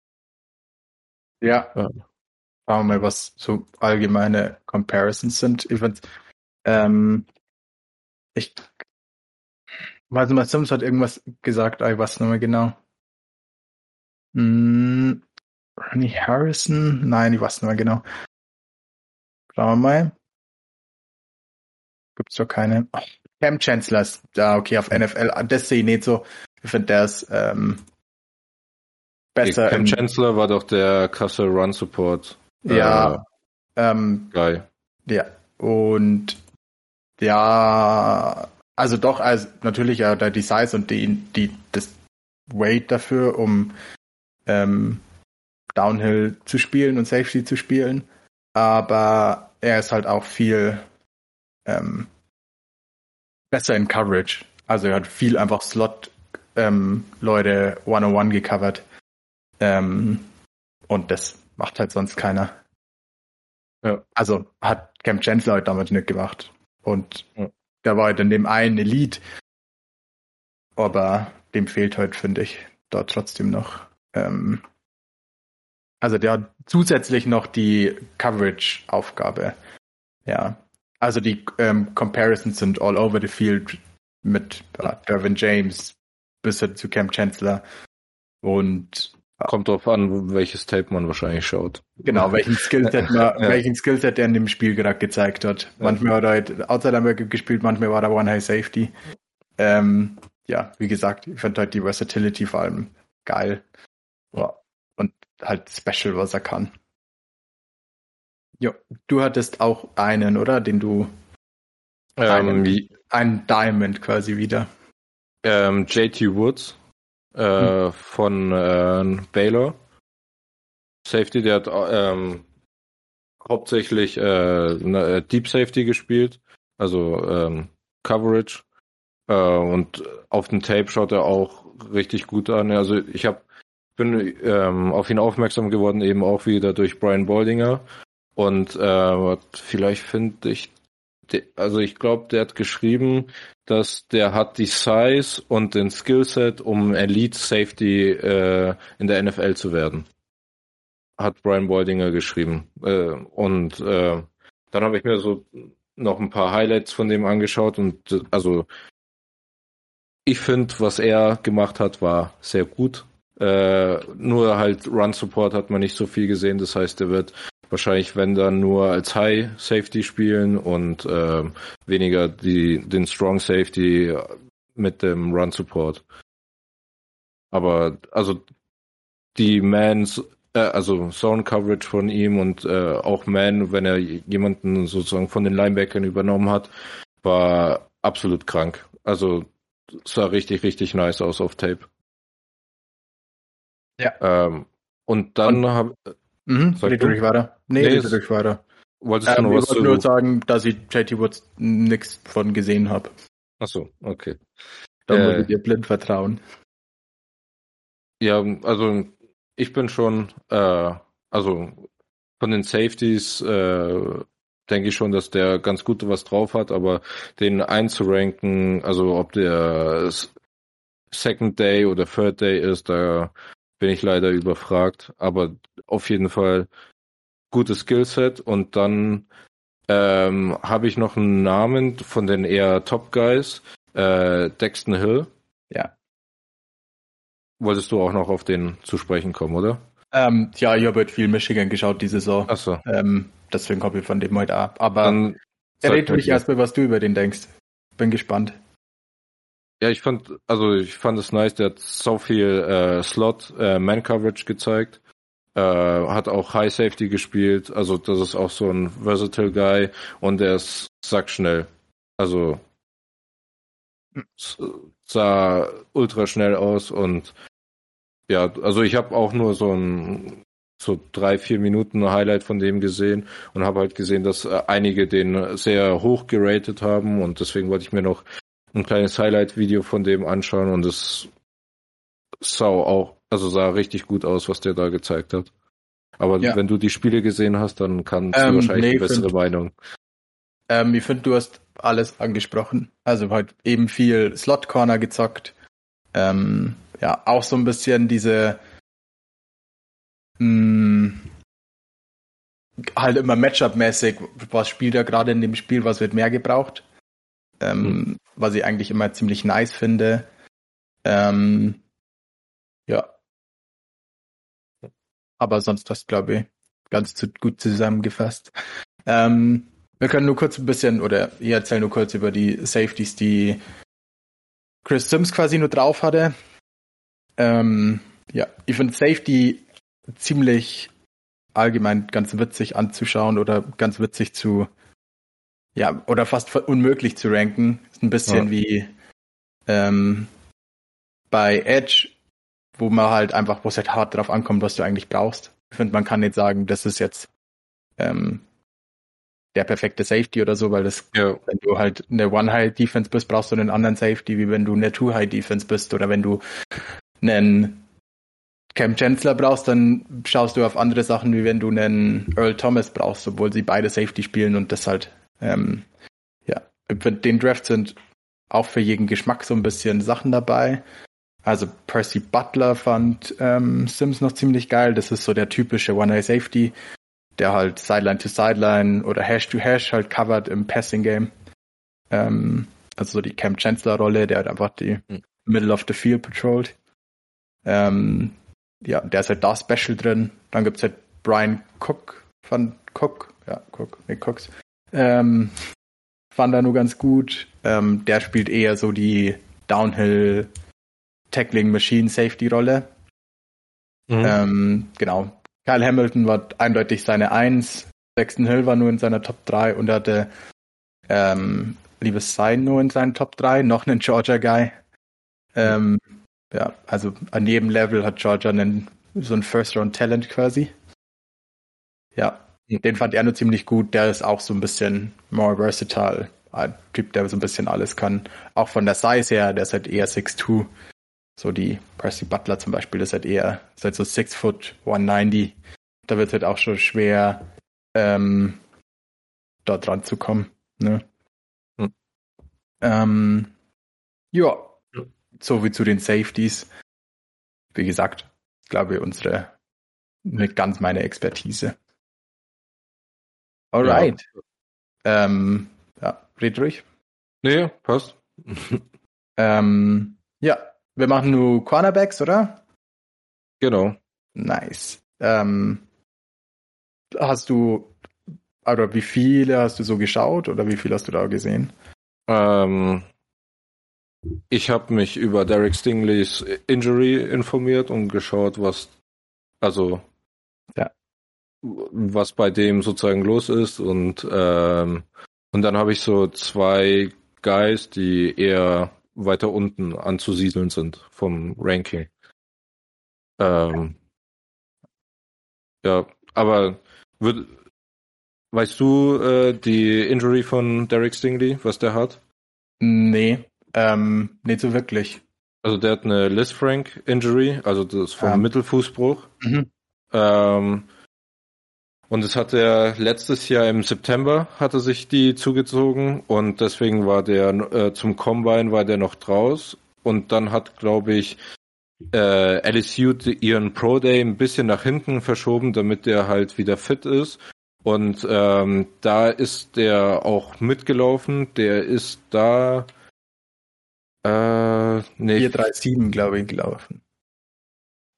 Ja. Ja. Schauen wir mal, was so allgemeine Comparisons sind. Ich fand, ähm, ich weiß nicht mal, Sims hat irgendwas gesagt, ich weiß nicht mehr genau. Hm, Ronnie Harrison? Nein, ich weiß nicht mehr genau. Schauen wir mal. Gibt's doch keine. Oh, Cam Chancellor ist da, okay, auf N F L. Das sehe ich nicht so. Ich finde, der ist ähm, besser. Cam in, Chancellor war doch der Castle Run Support. Ja, ähm, Guy. ja. Und ja, also doch, also natürlich ja da die Size und die, die das Weight dafür, um ähm, Downhill zu spielen und Safety zu spielen. Aber er ist halt auch viel ähm, besser in Coverage. Also er hat viel einfach Slot ähm, Leute one-on-one gecovert. Ähm, und das macht halt sonst keiner. Ja. Also hat Cam Chancellor halt damit nicht gemacht. Und Ja. der war halt in dem einen Elite. Aber dem fehlt halt, finde ich, dort trotzdem noch. Ähm, also der hat zusätzlich noch die Coverage-Aufgabe. Ja. Also die ähm, Comparisons sind all over the field mit äh, Derwin James bis hin zu Cam Chancellor. Und Kommt drauf an, welches Tape man wahrscheinlich schaut. genau, welchen Skillset man, Ja. welchen Skillset der in dem Spiel gerade gezeigt hat. Ja. Manchmal hat er halt Outside Linebacker gespielt, manchmal war er One High Safety. Ähm, ja, wie gesagt, ich fand halt die Versatility vor allem geil. Ja. Und halt special, was er kann. Jo, du hattest auch einen, oder? Den du Ähm, einen Diamond quasi wieder. ähm, J T Woods äh, hm. von äh, Baylor. Safety, der hat ähm, hauptsächlich äh, Deep Safety gespielt, also ähm, Coverage. Äh, und auf dem Tape schaut er auch richtig gut an. Also ich hab, bin ähm, auf ihn aufmerksam geworden, eben auch wieder durch Brian Baldinger. Und äh, vielleicht finde ich, de, also ich glaube, der hat geschrieben, dass der hat die Size und den Skillset, um Elite Safety äh, in der N F L zu werden. Hat Brian Baldinger geschrieben. Äh, und äh, dann habe ich mir so noch ein paar Highlights von dem angeschaut und äh, also ich finde, was er gemacht hat, war sehr gut. Äh, nur halt Run Support hat man nicht so viel gesehen. Das heißt, er wird wahrscheinlich, wenn dann, nur als High Safety spielen und äh, weniger die, den Strong Safety mit dem Run Support. Aber also die Mans, äh, also Zone Coverage von ihm und äh, auch Man, wenn er jemanden sozusagen von den Linebackern übernommen hat, war absolut krank. Also sah richtig, richtig nice aus auf Tape. Ja. Ähm, und dann habe mhm, red durch weiter. Nee, nee red durch weiter. Wolltest ähm, du noch was ich wollte nur sagen, dass ich J T Woods nichts von gesehen habe. Ach so, okay. Da äh, muss ich dir blind vertrauen. Ja, also ich bin schon, äh, also von den Safeties äh, denke ich schon, dass der ganz gut was drauf hat, aber den einzuranken, also ob der Second Day oder Third Day ist, da bin ich leider überfragt, aber auf jeden Fall gutes Skillset. Und dann ähm, habe ich noch einen Namen von den eher Top Guys, äh, Daxton Hill. Ja. wolltest du auch noch auf den zu sprechen kommen, oder? Ähm, ja, ich habe halt viel Michigan geschaut diese Saison. Ach so. Ähm, deswegen habe ich von dem heute ab. Aber Dann sag red mir ruhig du. erstmal, was du über den denkst. Bin gespannt. Ja, ich fand, also ich fand es nice, der hat so viel äh, Slot, äh, Man-Coverage gezeigt. Äh, hat auch High Safety gespielt, also das ist auch so ein versatile Guy und der ist sackschnell. Also s- sah ultra schnell aus und ja, also ich habe auch nur so ein so drei, vier Minuten Highlight von dem gesehen und habe halt gesehen, dass äh, einige den sehr hoch geratet haben und deswegen wollte ich mir noch ein kleines Highlight-Video von dem anschauen und es sah auch, also sah richtig gut aus, was der da gezeigt hat. Aber Ja. wenn du die Spiele gesehen hast, dann kannst Ähm, du wahrscheinlich nee, eine bessere find- Meinung. Ähm, ich finde, du hast alles angesprochen. Also halt eben viel Slot Corner gezockt. Ähm, ja, auch so ein bisschen diese mh, halt immer Matchup-mäßig, was spielt er gerade in dem Spiel, was wird mehr gebraucht. Ähm, Hm. Was ich eigentlich immer ziemlich nice finde. Ähm, ja. Aber sonst hast du, glaube ich, ganz zu, gut zusammengefasst. Ähm, wir können nur kurz ein bisschen, oder ich erzähle nur kurz über die Safeties, die Chris Sims quasi nur drauf hatte. Ähm, ja, ich finde Safety ziemlich allgemein ganz witzig anzuschauen oder ganz witzig zu, ja, oder fast unmöglich zu ranken. Ist ein bisschen Ja. wie ähm, bei Edge, wo man halt einfach, wo es halt hart drauf ankommt, was du eigentlich brauchst. Ich finde, man kann nicht sagen, das ist jetzt ähm, der perfekte Safety oder so, weil das, Ja. wenn du halt eine One-High-Defense bist, brauchst du einen anderen Safety, wie wenn du eine Two-High-Defense bist oder wenn du einen Cam Chancellor brauchst, dann schaust du auf andere Sachen, wie wenn du einen Earl Thomas brauchst, obwohl sie beide Safety spielen und das halt, ähm, ja, für den Draft sind auch für jeden Geschmack so ein bisschen Sachen dabei. Also Percy Butler fand ähm, Sims noch ziemlich geil. Das ist so der typische One-Eye-Safety, der halt Sideline to Sideline oder Hash to Hash halt covert im Passing Game. Ähm, also so die Cam Chancellor Rolle, der halt einfach die Hm. Middle of the Field patrolled. Ähm, ja, der ist halt da Special drin. Dann gibt's halt Brian Cook von Cook, ja, Cook, nee, Cooks. Ähm, fand er nur ganz gut. Ähm, der spielt eher so die Downhill Tackling Machine Safety Rolle. Mhm. Ähm, genau. Kyle Hamilton war eindeutig seine Eins. Sexton Hill war nur in seiner Top drei und er hatte ähm, Liebes Sein nur in seinen Top drei. Noch einen Georgia Guy. Ähm, ja, also an jedem Level hat Georgia einen, so ein First-Round-Talent quasi. Ja, den fand er nur ziemlich gut. Der ist auch so ein bisschen more versatile. Ein Typ, der so ein bisschen alles kann. Auch von der Size her, der ist halt eher six two. So die Percy Butler zum Beispiel, das ist halt eher, ist halt so six foot one ninety. Da wird halt auch schon schwer, ähm, dort dran zu kommen. Ne? Hm. Ähm, ja, Ja. so wie zu den Safeties. Wie gesagt, ich glaube, unsere, nicht ganz meine Expertise. Alright. Ja, ähm, ja red ruhig. Nee, passt. Ähm, ja, wir machen nur Cornerbacks, oder? Genau. Nice. Ähm, hast du, oder wie viele hast du so geschaut oder wie viel hast du da gesehen? Ähm, ich habe mich über Derek Stingleys Injury informiert und geschaut, was, also, Ja. was bei dem sozusagen los ist und ähm, und dann habe ich so zwei Guys, die eher weiter unten anzusiedeln sind vom Ranking. Ähm, ja, aber würd, weißt du äh, die Injury von Derek Stingley, was der hat? Nee, ähm, nicht so wirklich. Also der hat eine Lisfranc Injury, also das ist vom Ähm, Mittelfußbruch. mhm. Ähm, und das hat er letztes Jahr im September hat er sich die zugezogen und deswegen war der äh, zum Combine war der noch draus und dann hat, glaube ich, äh, L S U ihren Pro Day ein bisschen nach hinten verschoben, damit der halt wieder fit ist. Und ähm, da ist der auch mitgelaufen. Der ist da äh, nee, vier drei sieben, glaube ich, gelaufen.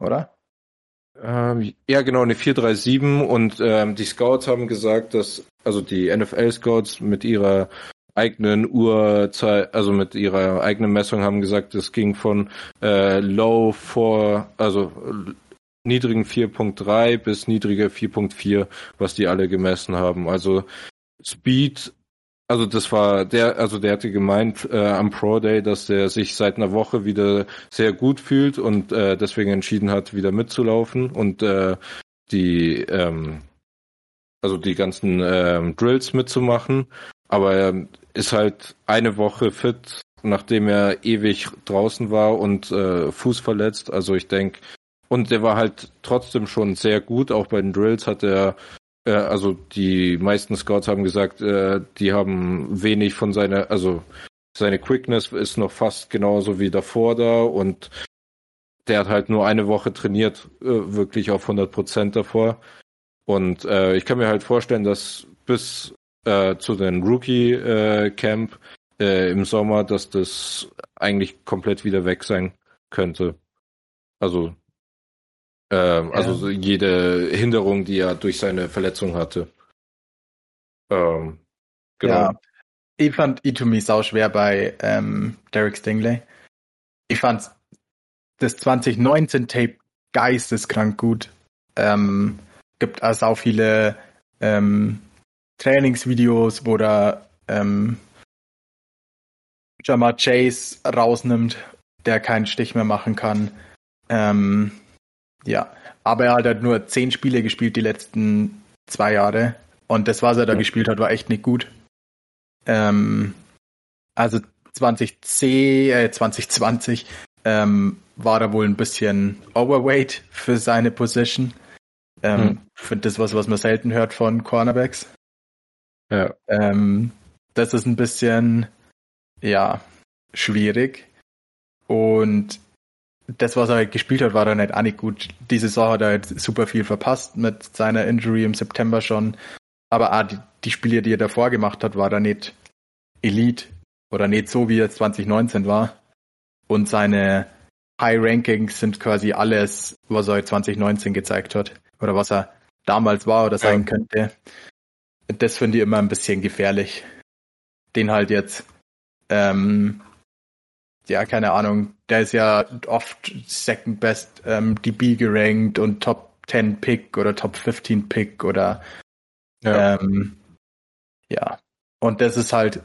oder? Ähm, ja, genau, eine vier drei sieben und ähm, die Scouts haben gesagt, dass, also die N F L-Scouts mit ihrer eigenen Uhrzeit, also mit ihrer eigenen Messung haben gesagt, es ging von äh, Low vor, also äh, niedrigen vier Punkt drei bis niedriger vier Punkt vier, was die alle gemessen haben. Also Speed, also das war der, also der hatte gemeint äh, am Pro Day, dass der sich seit einer Woche wieder sehr gut fühlt und äh, deswegen entschieden hat, wieder mitzulaufen und äh, die, ähm, also die ganzen ähm, Drills mitzumachen. Aber er ist halt eine Woche fit, nachdem er ewig draußen war und äh, Fuß verletzt. Also ich denke, und der war halt trotzdem schon sehr gut. Auch bei den Drills hat er äh, also die meisten Scouts haben gesagt, äh, die haben wenig von seiner, also seine Quickness ist noch fast genauso wie davor da und der hat halt nur eine Woche trainiert, äh, wirklich auf hundert Prozent davor. Und äh, ich kann mir halt vorstellen, dass bis äh, zu den Rookie-Camp äh, im Sommer, dass das eigentlich komplett wieder weg sein könnte. Also äh, also Ja. so jede Hinderung, die er durch seine Verletzung hatte. Ähm, genau. Ja, ich fand Itumi sau schwer bei ähm, Derek Stingley. Ich fand das zwanzig neunzehn Tape geisteskrank gut. Ähm, gibt auch sau viele ähm, Trainingsvideos, wo da ähm, Jamar Chase rausnimmt, der keinen Stich mehr machen kann. Ähm, ja, aber er hat halt nur zehn Spiele gespielt die letzten zwei Jahre. Und das, was er da Ja. gespielt hat, war echt nicht gut. Ähm, also zwanzig zehn, äh, zwanzig zwanzig ähm, war er wohl ein bisschen overweight für seine Position. Ähm, Hm. Finde das was, was man selten hört von Cornerbacks. Ja. Ähm, das ist ein bisschen, ja, schwierig. Und das, was er halt gespielt hat, war dann halt auch nicht gut. Die Saison hat er halt super viel verpasst mit seiner Injury im September schon. Aber auch die, die Spiele, die er davor gemacht hat, war da nicht Elite oder nicht so, wie er zwanzig neunzehn war. Und seine High Rankings sind quasi alles, was er zwanzig neunzehn gezeigt hat. Oder was er damals war oder sein Ja. könnte. Das finde ich immer ein bisschen gefährlich. Den halt jetzt, ähm, ja, keine Ahnung, der ist ja oft Second Best ähm, D B gerankt und Top zehn Pick oder Top fünfzehn Pick oder Ja. ähm, ja. Und das ist halt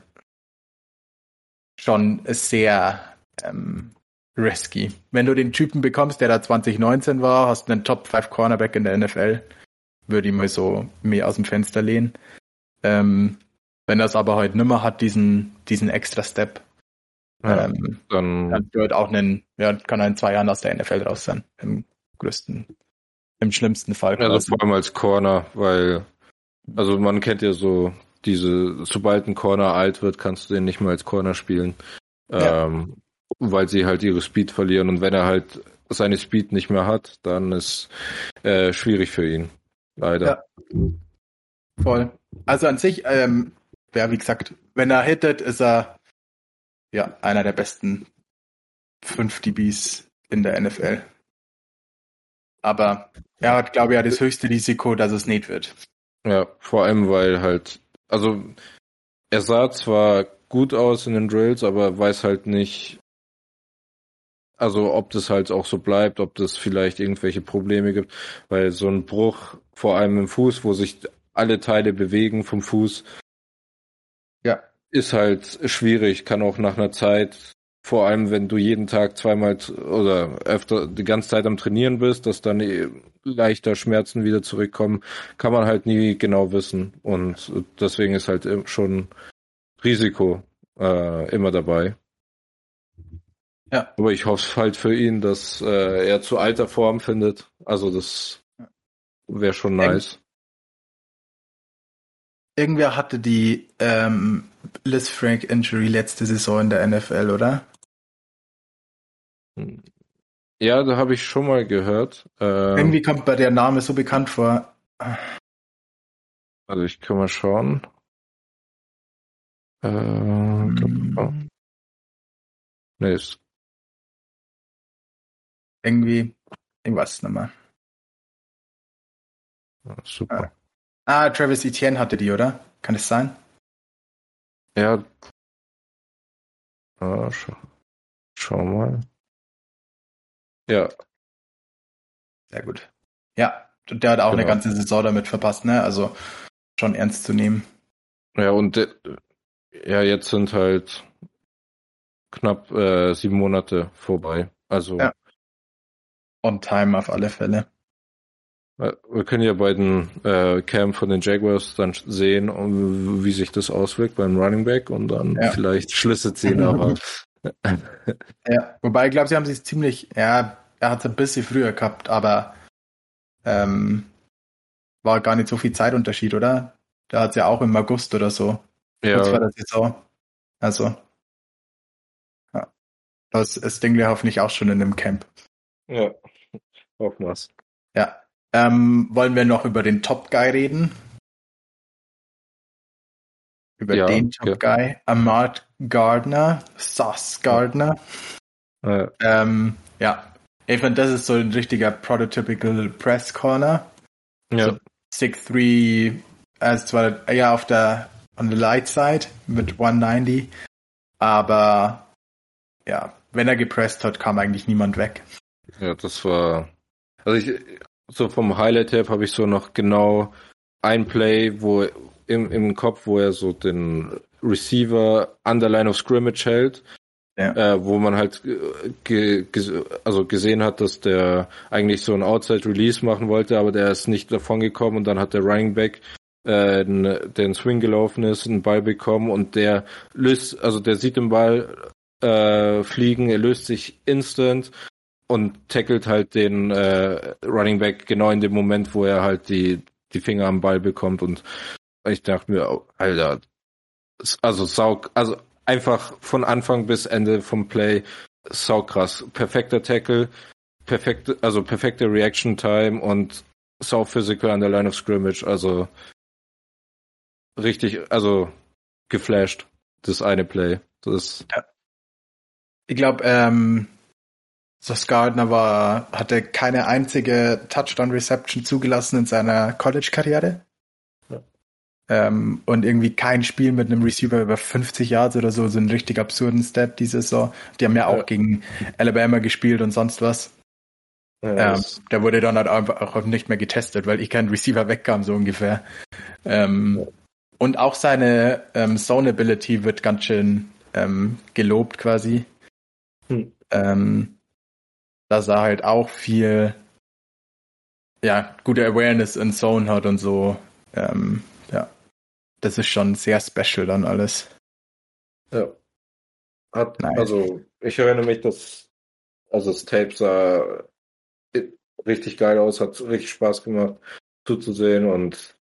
schon sehr ähm, risky. Wenn du den Typen bekommst, der da zwanzig neunzehn war, hast einen Top fünf Cornerback in der N F L, würde ich mal so mehr aus dem Fenster lehnen. Ähm, wenn das aber heute nimmer hat, diesen, diesen extra Step, Ja. ähm, Dann, dann wird auch einen, ja, kann er in zwei Jahren aus der N F L raus sein. Im größten, im schlimmsten Fall also quasi. vor allem als Corner, weil, also man kennt ja so diese, sobald ein Corner alt wird, kannst du den nicht mehr als Corner spielen, Ja. ähm, weil sie halt ihre Speed verlieren und wenn er halt seine Speed nicht mehr hat, dann ist äh, schwierig für ihn, leider. Ja, voll. Also an sich, ähm, ja, wie gesagt, wenn er hittet, ist er ja einer der besten fünf D Bs in der N F L. Aber er hat, glaube ich, ja das höchste Risiko, dass es nicht wird. Ja, vor allem, weil halt, also er sah zwar gut aus in den Drills, aber weiß halt nicht, also ob das halt auch so bleibt, ob das vielleicht irgendwelche Probleme gibt, weil so ein Bruch, vor allem im Fuß, wo sich alle Teile bewegen vom Fuß, Ja. ist halt schwierig, kann auch nach einer Zeit, vor allem wenn du jeden Tag zweimal t- oder öfter die ganze Zeit am Trainieren bist, dass dann eh leichter Schmerzen wieder zurückkommen, kann man halt nie genau wissen und deswegen ist halt schon Risiko äh, immer dabei. Ja. Aber ich hoffe halt für ihn, dass äh, er zu alter Form findet. Also das wäre schon Ir nice. Irgendwer hatte die ähm, Liz Frank Injury letzte Saison in der N F L, oder? Ja, da habe ich schon mal gehört. Ähm, Irgendwie kommt bei der Name so bekannt vor. also ich kann mal schauen. Äh, oh, Hm, nee, ist, irgendwie. Ich weiß es nicht mehr. Ja, super. Ah. ah, Travis Etienne hatte die, oder? Kann es sein? Ja. Ah, schau, schau mal. Ja. Sehr gut. Ja, der hat auch genau. eine ganze Saison damit verpasst, ne? Also schon ernst zu nehmen. Ja, und de- ja, jetzt sind halt knapp äh, sieben Monate vorbei. Also ja. On time auf alle Fälle. Wir können ja bei den äh, Cam von den Jaguars dann sehen, um, wie sich das auswirkt beim Running Back und dann ja. vielleicht Schlüsse ziehen, aber ja, wobei ich glaube, sie haben sich ziemlich, ja, er hat es ein bisschen früher gehabt, aber ähm, war gar nicht so viel Zeitunterschied, oder? Da hat es ja auch im August oder so. Ja. Kurz vor der Saison. Also ja. Das ist Dingley hoffentlich auch schon in dem Camp. Ja, hoffen wir's. Ja. Ähm, wollen wir noch über den Top Guy reden? Über ja, den Top okay. Guy. Ahmad Gardner, Sauce Gardner. Ja. Ähm, ja. Ich finde, das ist so ein richtiger prototypical Press Corner. Ja. So six three, also zwar eher auf der on the light side mit one ninety, aber ja, wenn er gepresst hat, kam eigentlich niemand weg. Ja, das war, also ich, so vom Highlight-Tab habe ich so noch genau ein Play, wo im, im Kopf, wo er so den Receiver an der Line of Scrimmage hält, ja. äh, wo man halt ge, ge, also gesehen hat, dass der eigentlich so ein Outside-Release machen wollte, aber der ist nicht davon gekommen und dann hat der Running Back, äh, der in Swing gelaufen ist, einen Ball bekommen und der löst, also der sieht den Ball äh, fliegen, er löst sich instant und tackelt halt den äh, Running Back genau in dem Moment, wo er halt die die Finger am Ball bekommt und ich dachte mir, oh, Alter, also saug, also einfach von Anfang bis Ende vom Play saukrass, perfekter Tackle, perfekte, also perfekte Reaction Time und sau physical an der Line of Scrimmage, also richtig, also geflasht, das eine Play, das ja. Ich glaube, ähm, Sauce Gardner war, hatte keine einzige Touchdown-Reception zugelassen in seiner College-Karriere. Ja. Ähm, und irgendwie kein Spiel mit einem Receiver über fünfzig Yards oder so, so einen richtig absurden Stat diese Saison. Die haben ja auch ja. gegen Alabama gespielt und sonst was. Ja, ähm, der wurde dann halt einfach auch nicht mehr getestet, weil ich kein Receiver wegkam, so ungefähr. Ähm, ja. Und auch seine ähm, Zone-Ability wird ganz schön ähm, gelobt quasi. Hm. Ähm, dass er halt auch viel, ja, gute Awareness in Zone hat und so. Ähm, ja, das ist schon sehr special dann alles. Ja. Hat, nice. Also, ich erinnere mich, dass, also das Tape sah richtig geil aus, hat richtig Spaß gemacht zuzusehen und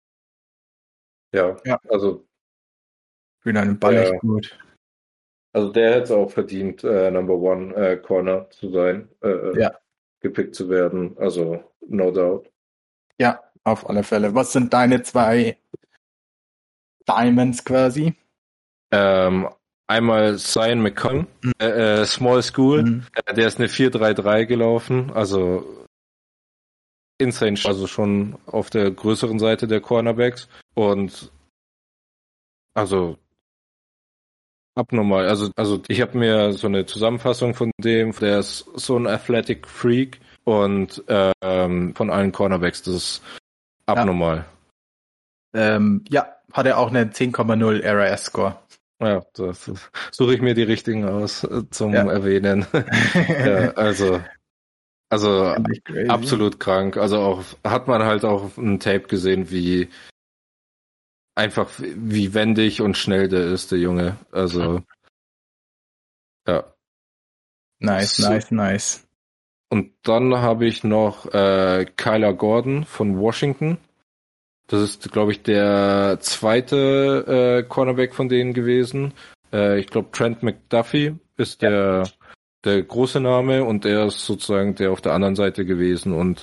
ja, ja. also für einen Ball echt gut. Also der hätte es auch verdient, äh, Number One äh, Corner zu sein, äh, ja. gepickt zu werden, also no doubt. Ja, auf alle Fälle. Was sind deine zwei Diamonds quasi? Ähm, einmal Zion McCollum, mhm. äh, Small School, mhm. äh, der ist eine vier drei drei gelaufen, also insane, also schon auf der größeren Seite der Cornerbacks und also abnormal. Also, also ich habe mir so eine Zusammenfassung von dem, der ist so ein Athletic Freak und ähm, von allen Cornerbacks, das ist abnormal. Ja, ähm, ja hat er auch eine zehn Komma null R A S-Score. Ja, das, das suche ich mir die richtigen aus äh, zum ja. Erwähnen. ja, also also absolut krank. Also auch hat man halt auch auf einem Tape gesehen, wie einfach wie wendig und schnell der ist, der Junge. Also ja. Nice, so. nice, nice. Und dann habe ich noch äh, Kyler Gordon von Washington. Das ist, glaube ich, der zweite äh, Cornerback von denen gewesen. Äh, ich glaube, Trent McDuffie ist ja. der der große Name und er ist sozusagen der auf der anderen Seite gewesen. Und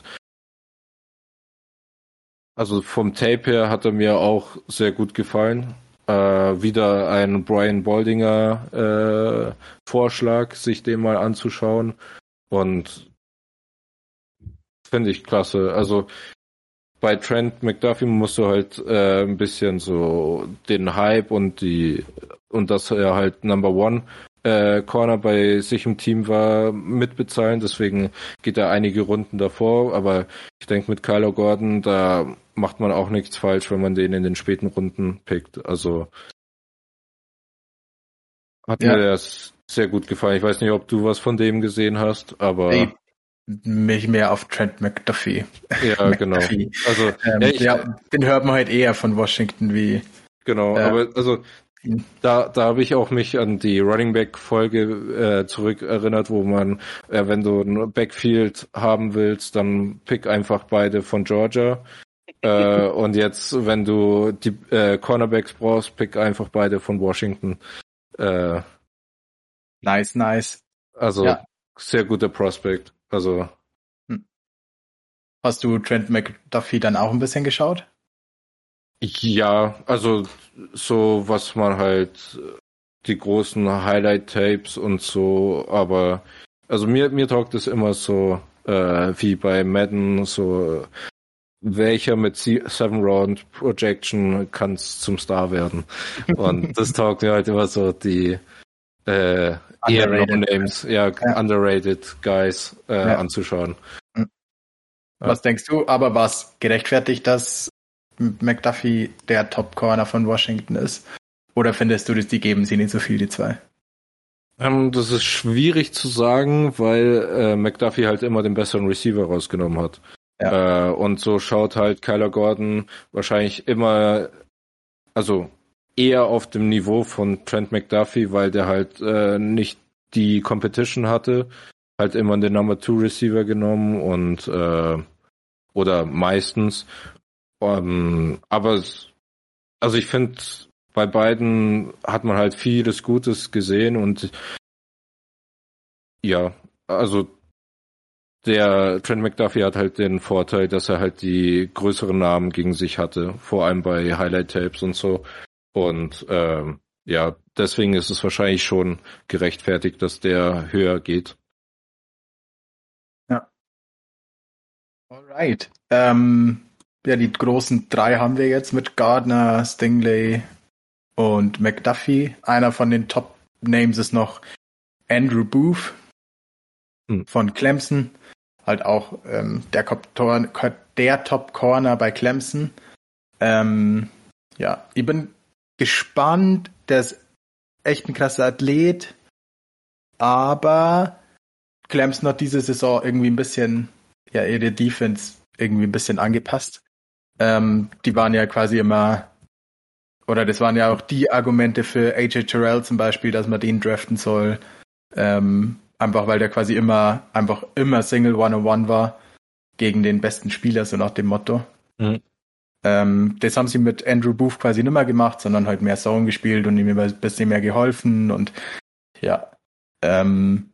also vom Tape her hat er mir auch sehr gut gefallen. Äh, wieder ein Brian Baldinger äh, Vorschlag, sich den mal anzuschauen. Und finde ich klasse. Also bei Trent McDuffie musst du halt äh, ein bisschen so den Hype und die und dass er halt Number One äh, Corner bei sich im Team war, mitbezahlen. Deswegen geht er einige Runden davor. Aber ich denke, mit Kyler Gordon, da macht man auch nichts falsch, wenn man den in den späten Runden pickt. Also hat Ja. mir das sehr gut gefallen. Ich weiß nicht, ob du was von dem gesehen hast, aber Ey, mich mehr auf Trent McDuffie. ja, genau. McDuffie. Also Ähm, ja, ich, ja, den hört man halt eher von Washington wie. genau, äh, aber also da, da habe ich auch mich an die Running Back Folge äh, zurück erinnert, wo man, äh, wenn du ein Backfield haben willst, dann pick einfach beide von Georgia. äh, und jetzt, wenn du die äh, Cornerbacks brauchst, pick einfach beide von Washington. Äh, Nice, nice. also Ja. sehr guter Prospect. Also Hast du Trent McDuffie dann auch ein bisschen geschaut? ja, also so was man halt die großen Highlight-Tapes und so, aber also mir mir taugt es immer so äh, wie bei Madden, so welcher mit Seven Round Projection kann zum Star werden. Und das taugt mir halt immer so die äh, eher No-Names, ja, ja, underrated Guys äh, ja. anzuschauen. Was ja. denkst du, aber war es gerechtfertigt, dass McDuffie der Top-Corner von Washington ist? Oder findest du, dass die geben sie nicht so viel, die zwei? Ähm, das ist schwierig zu sagen, weil äh, McDuffie halt immer den besseren Receiver rausgenommen hat. Ja. Äh, und so schaut halt Kyler Gordon wahrscheinlich immer, also eher auf dem Niveau von Trent McDuffie, weil der halt äh, nicht die Competition hatte, halt immer den Number Two Receiver genommen und äh, oder meistens. Um, aber also ich finde, bei beiden hat man halt vieles Gutes gesehen und ja, also der Trent McDuffie hat halt den Vorteil, dass er halt die größeren Namen gegen sich hatte, vor allem bei Highlight-Tapes und so. Und ähm, ja, deswegen ist es wahrscheinlich schon gerechtfertigt, dass der höher geht. Ja. Alright. Ähm, ja, die großen drei haben wir jetzt mit Gardner, Stingley und McDuffie. Einer von den Top-Names ist noch Andrew Booth hm. von Clemson. Halt auch ähm, der, der Top-Corner bei Clemson. Ähm, ja, ich bin gespannt. Der ist echt ein krasser Athlet. Aber Clemson hat diese Saison irgendwie ein bisschen, ja, ihre Defense irgendwie ein bisschen angepasst. Ähm, die waren ja quasi immer, oder das waren ja auch die Argumente für A J Terrell zum Beispiel, dass man den draften soll. Ähm, einfach weil der quasi immer, einfach immer Single One-on-One war gegen den besten Spieler, so nach dem Motto. Mhm. Ähm, das haben sie mit Andrew Booth quasi nicht mehr gemacht, sondern halt mehr Zone gespielt und ihm ein bisschen mehr geholfen und ja. Ähm,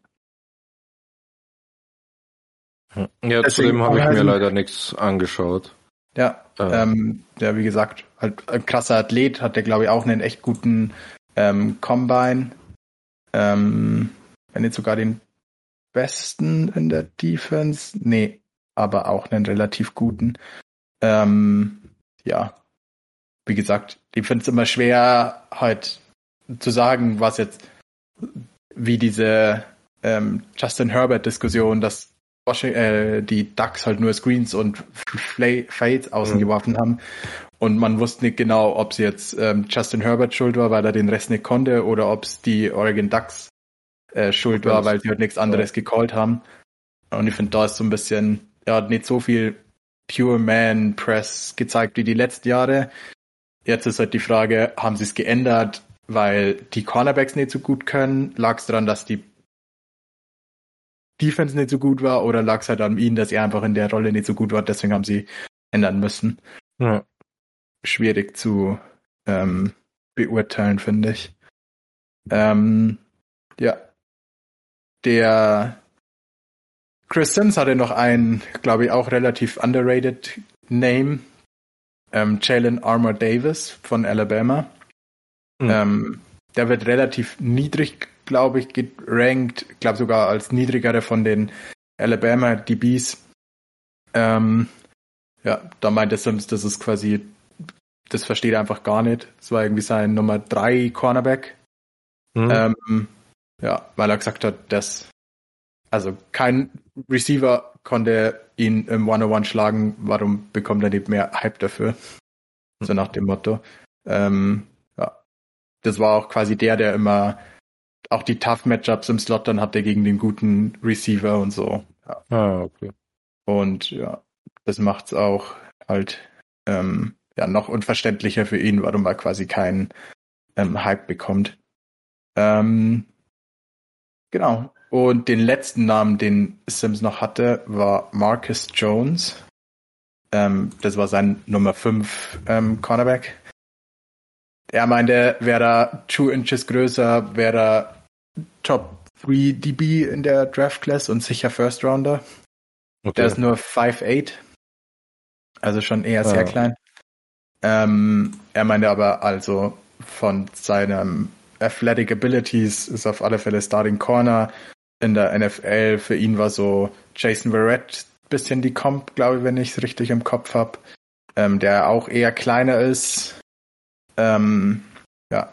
ja, zudem habe ich mir leider nichts angeschaut. Ja, äh. ähm, ja, wie gesagt, halt ein krasser Athlet, hat der glaube ich auch einen echt guten ähm, Combine. Ähm, wenn nicht sogar den besten in der Defense. Nee, aber auch einen relativ guten. Ähm, ja, wie gesagt, ich finde es immer schwer, halt zu sagen, was jetzt, wie diese ähm, Justin Herbert-Diskussion, dass äh, die Ducks halt nur Screens und Fades außen mhm. geworfen haben. Und man wusste nicht genau, ob es jetzt ähm, Justin Herbert schuld war, weil er den Rest nicht konnte, oder ob es die Oregon Ducks äh, schuld war, weil sie halt nichts anderes ja. gecallt haben. Und ich finde, da ist so ein bisschen, ja, nicht so viel Pure Man Press gezeigt wie die letzten Jahre. Jetzt ist halt die Frage, haben sie es geändert, weil die Cornerbacks nicht so gut können? Lag es daran, dass die Defense nicht so gut war, oder lag es halt an ihnen, dass er einfach in der Rolle nicht so gut war, deswegen haben sie ändern müssen? Ja. Schwierig zu ähm, beurteilen, finde ich. Ähm, ja. Der Chris Sims hatte noch einen, glaube ich, auch relativ underrated Name. Ähm, Jalen Armour Davis von Alabama. Mhm. Ähm, der wird relativ niedrig, glaube ich, gerankt. Ich glaube sogar als niedrigere von den Alabama D Bs. Ähm, ja, da meinte Sims, das ist quasi, das versteht er einfach gar nicht. Das war irgendwie sein Nummer drei Cornerback. Mhm. Ähm, ja, weil er gesagt hat, dass also kein Receiver konnte ihn im one-on-one schlagen, warum bekommt er nicht mehr Hype dafür? Mhm. So nach dem Motto. Ähm, ja, das war auch quasi der, der immer auch die Tough-Matchups im Slot dann hatte gegen den guten Receiver und so. Ja. Ah, okay. Und ja, das macht's auch halt ähm, ja noch unverständlicher für ihn, warum er quasi keinen ähm, Hype bekommt. Ähm, genau. Und den letzten Namen, den Sims noch hatte, war Marcus Jones. Ähm, das war sein Nummer fünf ähm, Cornerback. Er meinte, wäre er two inches größer, wäre er Top drei D B in der Draft Class und sicher First Rounder. Okay. Der ist nur five eight. Also schon eher sehr ah. klein. Ähm, er meinte aber also von seinen Athletic Abilities ist auf alle Fälle Starting Corner in der N F L. Für ihn war so Jason Verrett bisschen die Comp, glaube ich, wenn ich es richtig im Kopf habe. Ähm, der auch eher kleiner ist. Ähm, ja.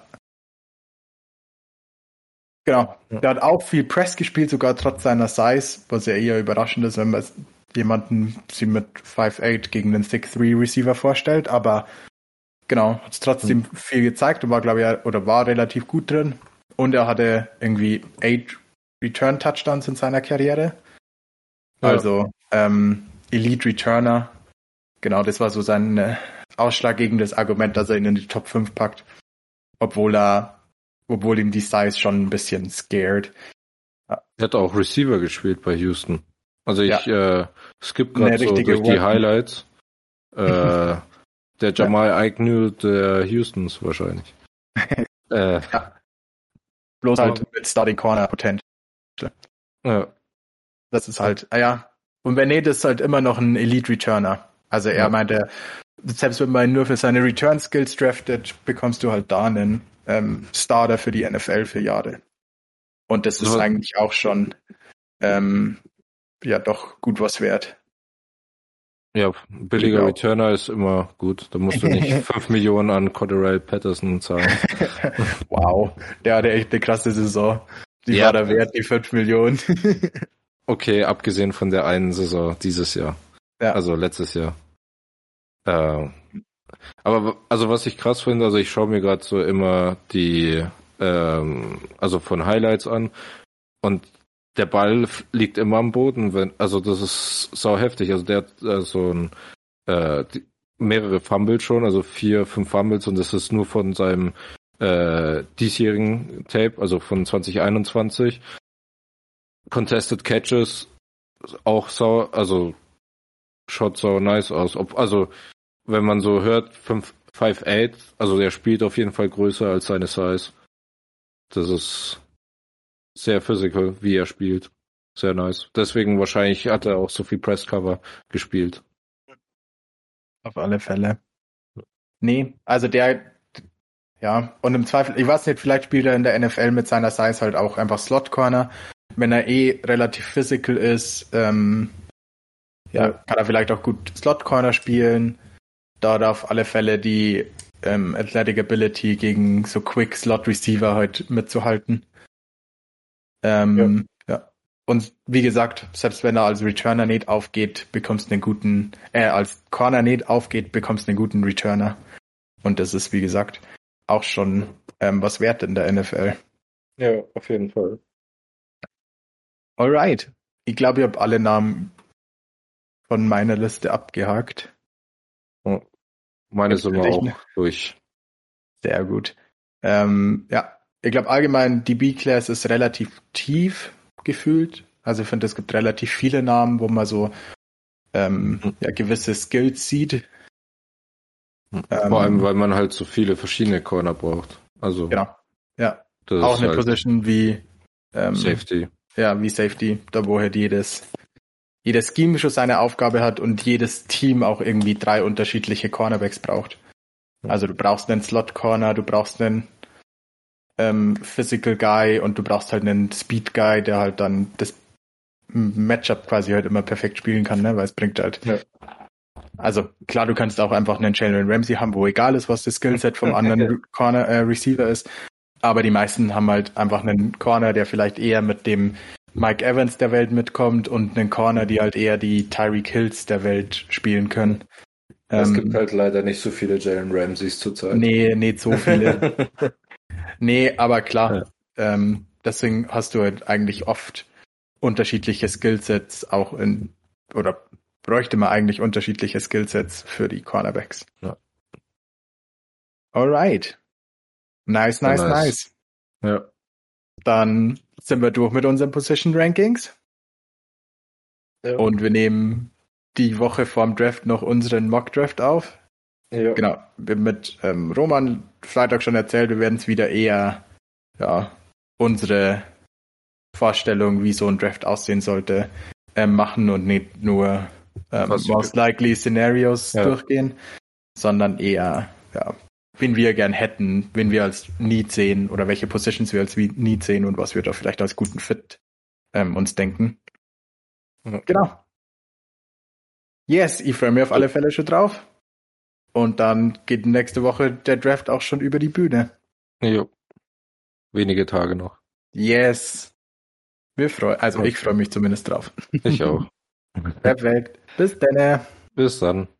Genau. Ja. Der hat auch viel Press gespielt, sogar trotz seiner Size, was ja eher überraschend ist, wenn man jemanden sie mit five eight gegen den six three Receiver vorstellt, aber genau, hat es trotzdem mhm. viel gezeigt und war, glaube ich, oder war relativ gut drin. Und er hatte irgendwie eight Return-Touchdowns in seiner Karriere. Ja. Also ähm, Elite Returner. Genau, das war so sein äh, ausschlaggebendes Argument, dass er ihn in die Top fünf packt. Obwohl er, obwohl ihm die Size schon ein bisschen scared. Ja. Er hat auch Receiver gespielt bei Houston. Also ich ja. äh, skippe gerade so durch die Highlights. Äh, der Jamal ja. Agnew der Houstons wahrscheinlich. äh, ja. Bloß halt mit Starting Corner Potent. Ja. Das ist halt, ah ja. Und wenn nicht, ist halt immer noch ein Elite Returner. Also er ja. meinte, selbst wenn man nur für seine Return Skills draftet, bekommst du halt da einen ähm, Starter für die N F L für Jahre. Und das ist so. Eigentlich auch schon ähm, ja doch gut was wert. Ja, billiger Returner ist immer gut. Da musst du nicht fünf Millionen an Cordarrelle Patterson zahlen. Wow, der hatte echt eine krasse Saison. Die ja. war da wert, die fünf Millionen. Okay, abgesehen von der einen Saison dieses Jahr. Ja. Also letztes Jahr. Äh, aber also was ich krass finde, also ich schaue mir gerade so immer die, ähm, also von Highlights an und der Ball liegt immer am Boden, wenn, also das ist sau heftig. Also der hat äh, so ein, äh, die, mehrere Fumbles schon, also vier, fünf Fumbles und das ist nur von seinem äh, diesjährigen Tape, also von zwanzig einundzwanzig. Contested Catches auch sau, also schaut sau nice aus. Ob, also wenn man so hört, fünf eight, also der spielt auf jeden Fall größer als seine Size. Das ist sehr physical, wie er spielt. Sehr nice. Deswegen wahrscheinlich hat er auch so viel Presscover gespielt. Auf alle Fälle. Nee, also der, ja, und im Zweifel, ich weiß nicht, vielleicht spielt er in der N F L mit seiner Size halt auch einfach Slot Corner. Wenn er eh relativ physical ist, ähm, ja, kann er vielleicht auch gut Slot Corner spielen. Da hat er auf alle Fälle die ähm, Athletic Ability gegen so Quick Slot Receiver halt mitzuhalten. Ähm, ja. ja. Und wie gesagt, selbst wenn er als Returner nicht aufgeht, bekommst du einen guten, äh, als Corner nicht aufgeht, bekommst du einen guten Returner. Und das ist, wie gesagt, auch schon ähm, was wert in der N F L. Ja, auf jeden Fall. Alright. Ich glaube, ich habe alle Namen von meiner Liste abgehakt. Ja. Meine sind wir auch ne? durch. Sehr gut. Ähm, ja, ich glaube allgemein, die B-Class ist relativ tief gefühlt. Also ich finde, es gibt relativ viele Namen, wo man so ähm, mhm. ja, gewisse Skills sieht. Vor ähm, allem, weil man halt so viele verschiedene Corner braucht. Also genau. Ja. Auch eine halt Position wie ähm, Safety. Ja, wie Safety, da wo halt jedes jedes Scheme schon seine Aufgabe hat und jedes Team auch irgendwie drei unterschiedliche Cornerbacks braucht. Also du brauchst einen Slot Corner, du brauchst einen ähm, Physical Guy und du brauchst halt einen Speed Guy, der halt dann das Matchup quasi halt immer perfekt spielen kann, ne? Weil es bringt halt. Ja. Also klar, du kannst auch einfach einen Jalen Ramsey haben, wo egal ist, was das Skillset vom anderen Corner äh, Receiver ist. Aber die meisten haben halt einfach einen Corner, der vielleicht eher mit dem Mike Evans der Welt mitkommt und einen Corner, die halt eher die Tyreek Hills der Welt spielen können. Es ähm, gibt halt leider nicht so viele Jalen Ramseys zurzeit. Nee, nicht so viele. Nee, aber klar. Ja. Ähm, deswegen hast du halt eigentlich oft unterschiedliche Skillsets auch in, oder bräuchte man eigentlich unterschiedliche Skillsets für die Cornerbacks. Ja. Alright. Nice, nice, nice, nice. Ja. Dann sind wir durch mit unseren Position Rankings. Ja. Und wir nehmen die Woche vorm Draft noch unseren Mock Draft auf. Ja. Genau. Wir haben mit ähm, Roman Freitag schon erzählt, wir werden es wieder eher, ja, unsere Vorstellung, wie so ein Draft aussehen sollte, ähm, machen und nicht nur ähm, most likely Szenarios ja. durchgehen, sondern eher, ja, wen wir gern hätten, wen wir als Need sehen oder welche Positions wir als Need sehen und was wir da vielleicht als guten Fit ähm, uns denken. Mhm. Genau. Yes, ich freue mich auf alle Fälle schon drauf. Und dann geht nächste Woche der Draft auch schon über die Bühne. Jo. Wenige Tage noch. Yes. Wir freuen, also ich freue mich zumindest drauf. Ich auch. Perfekt. Bis dann. Bis dann.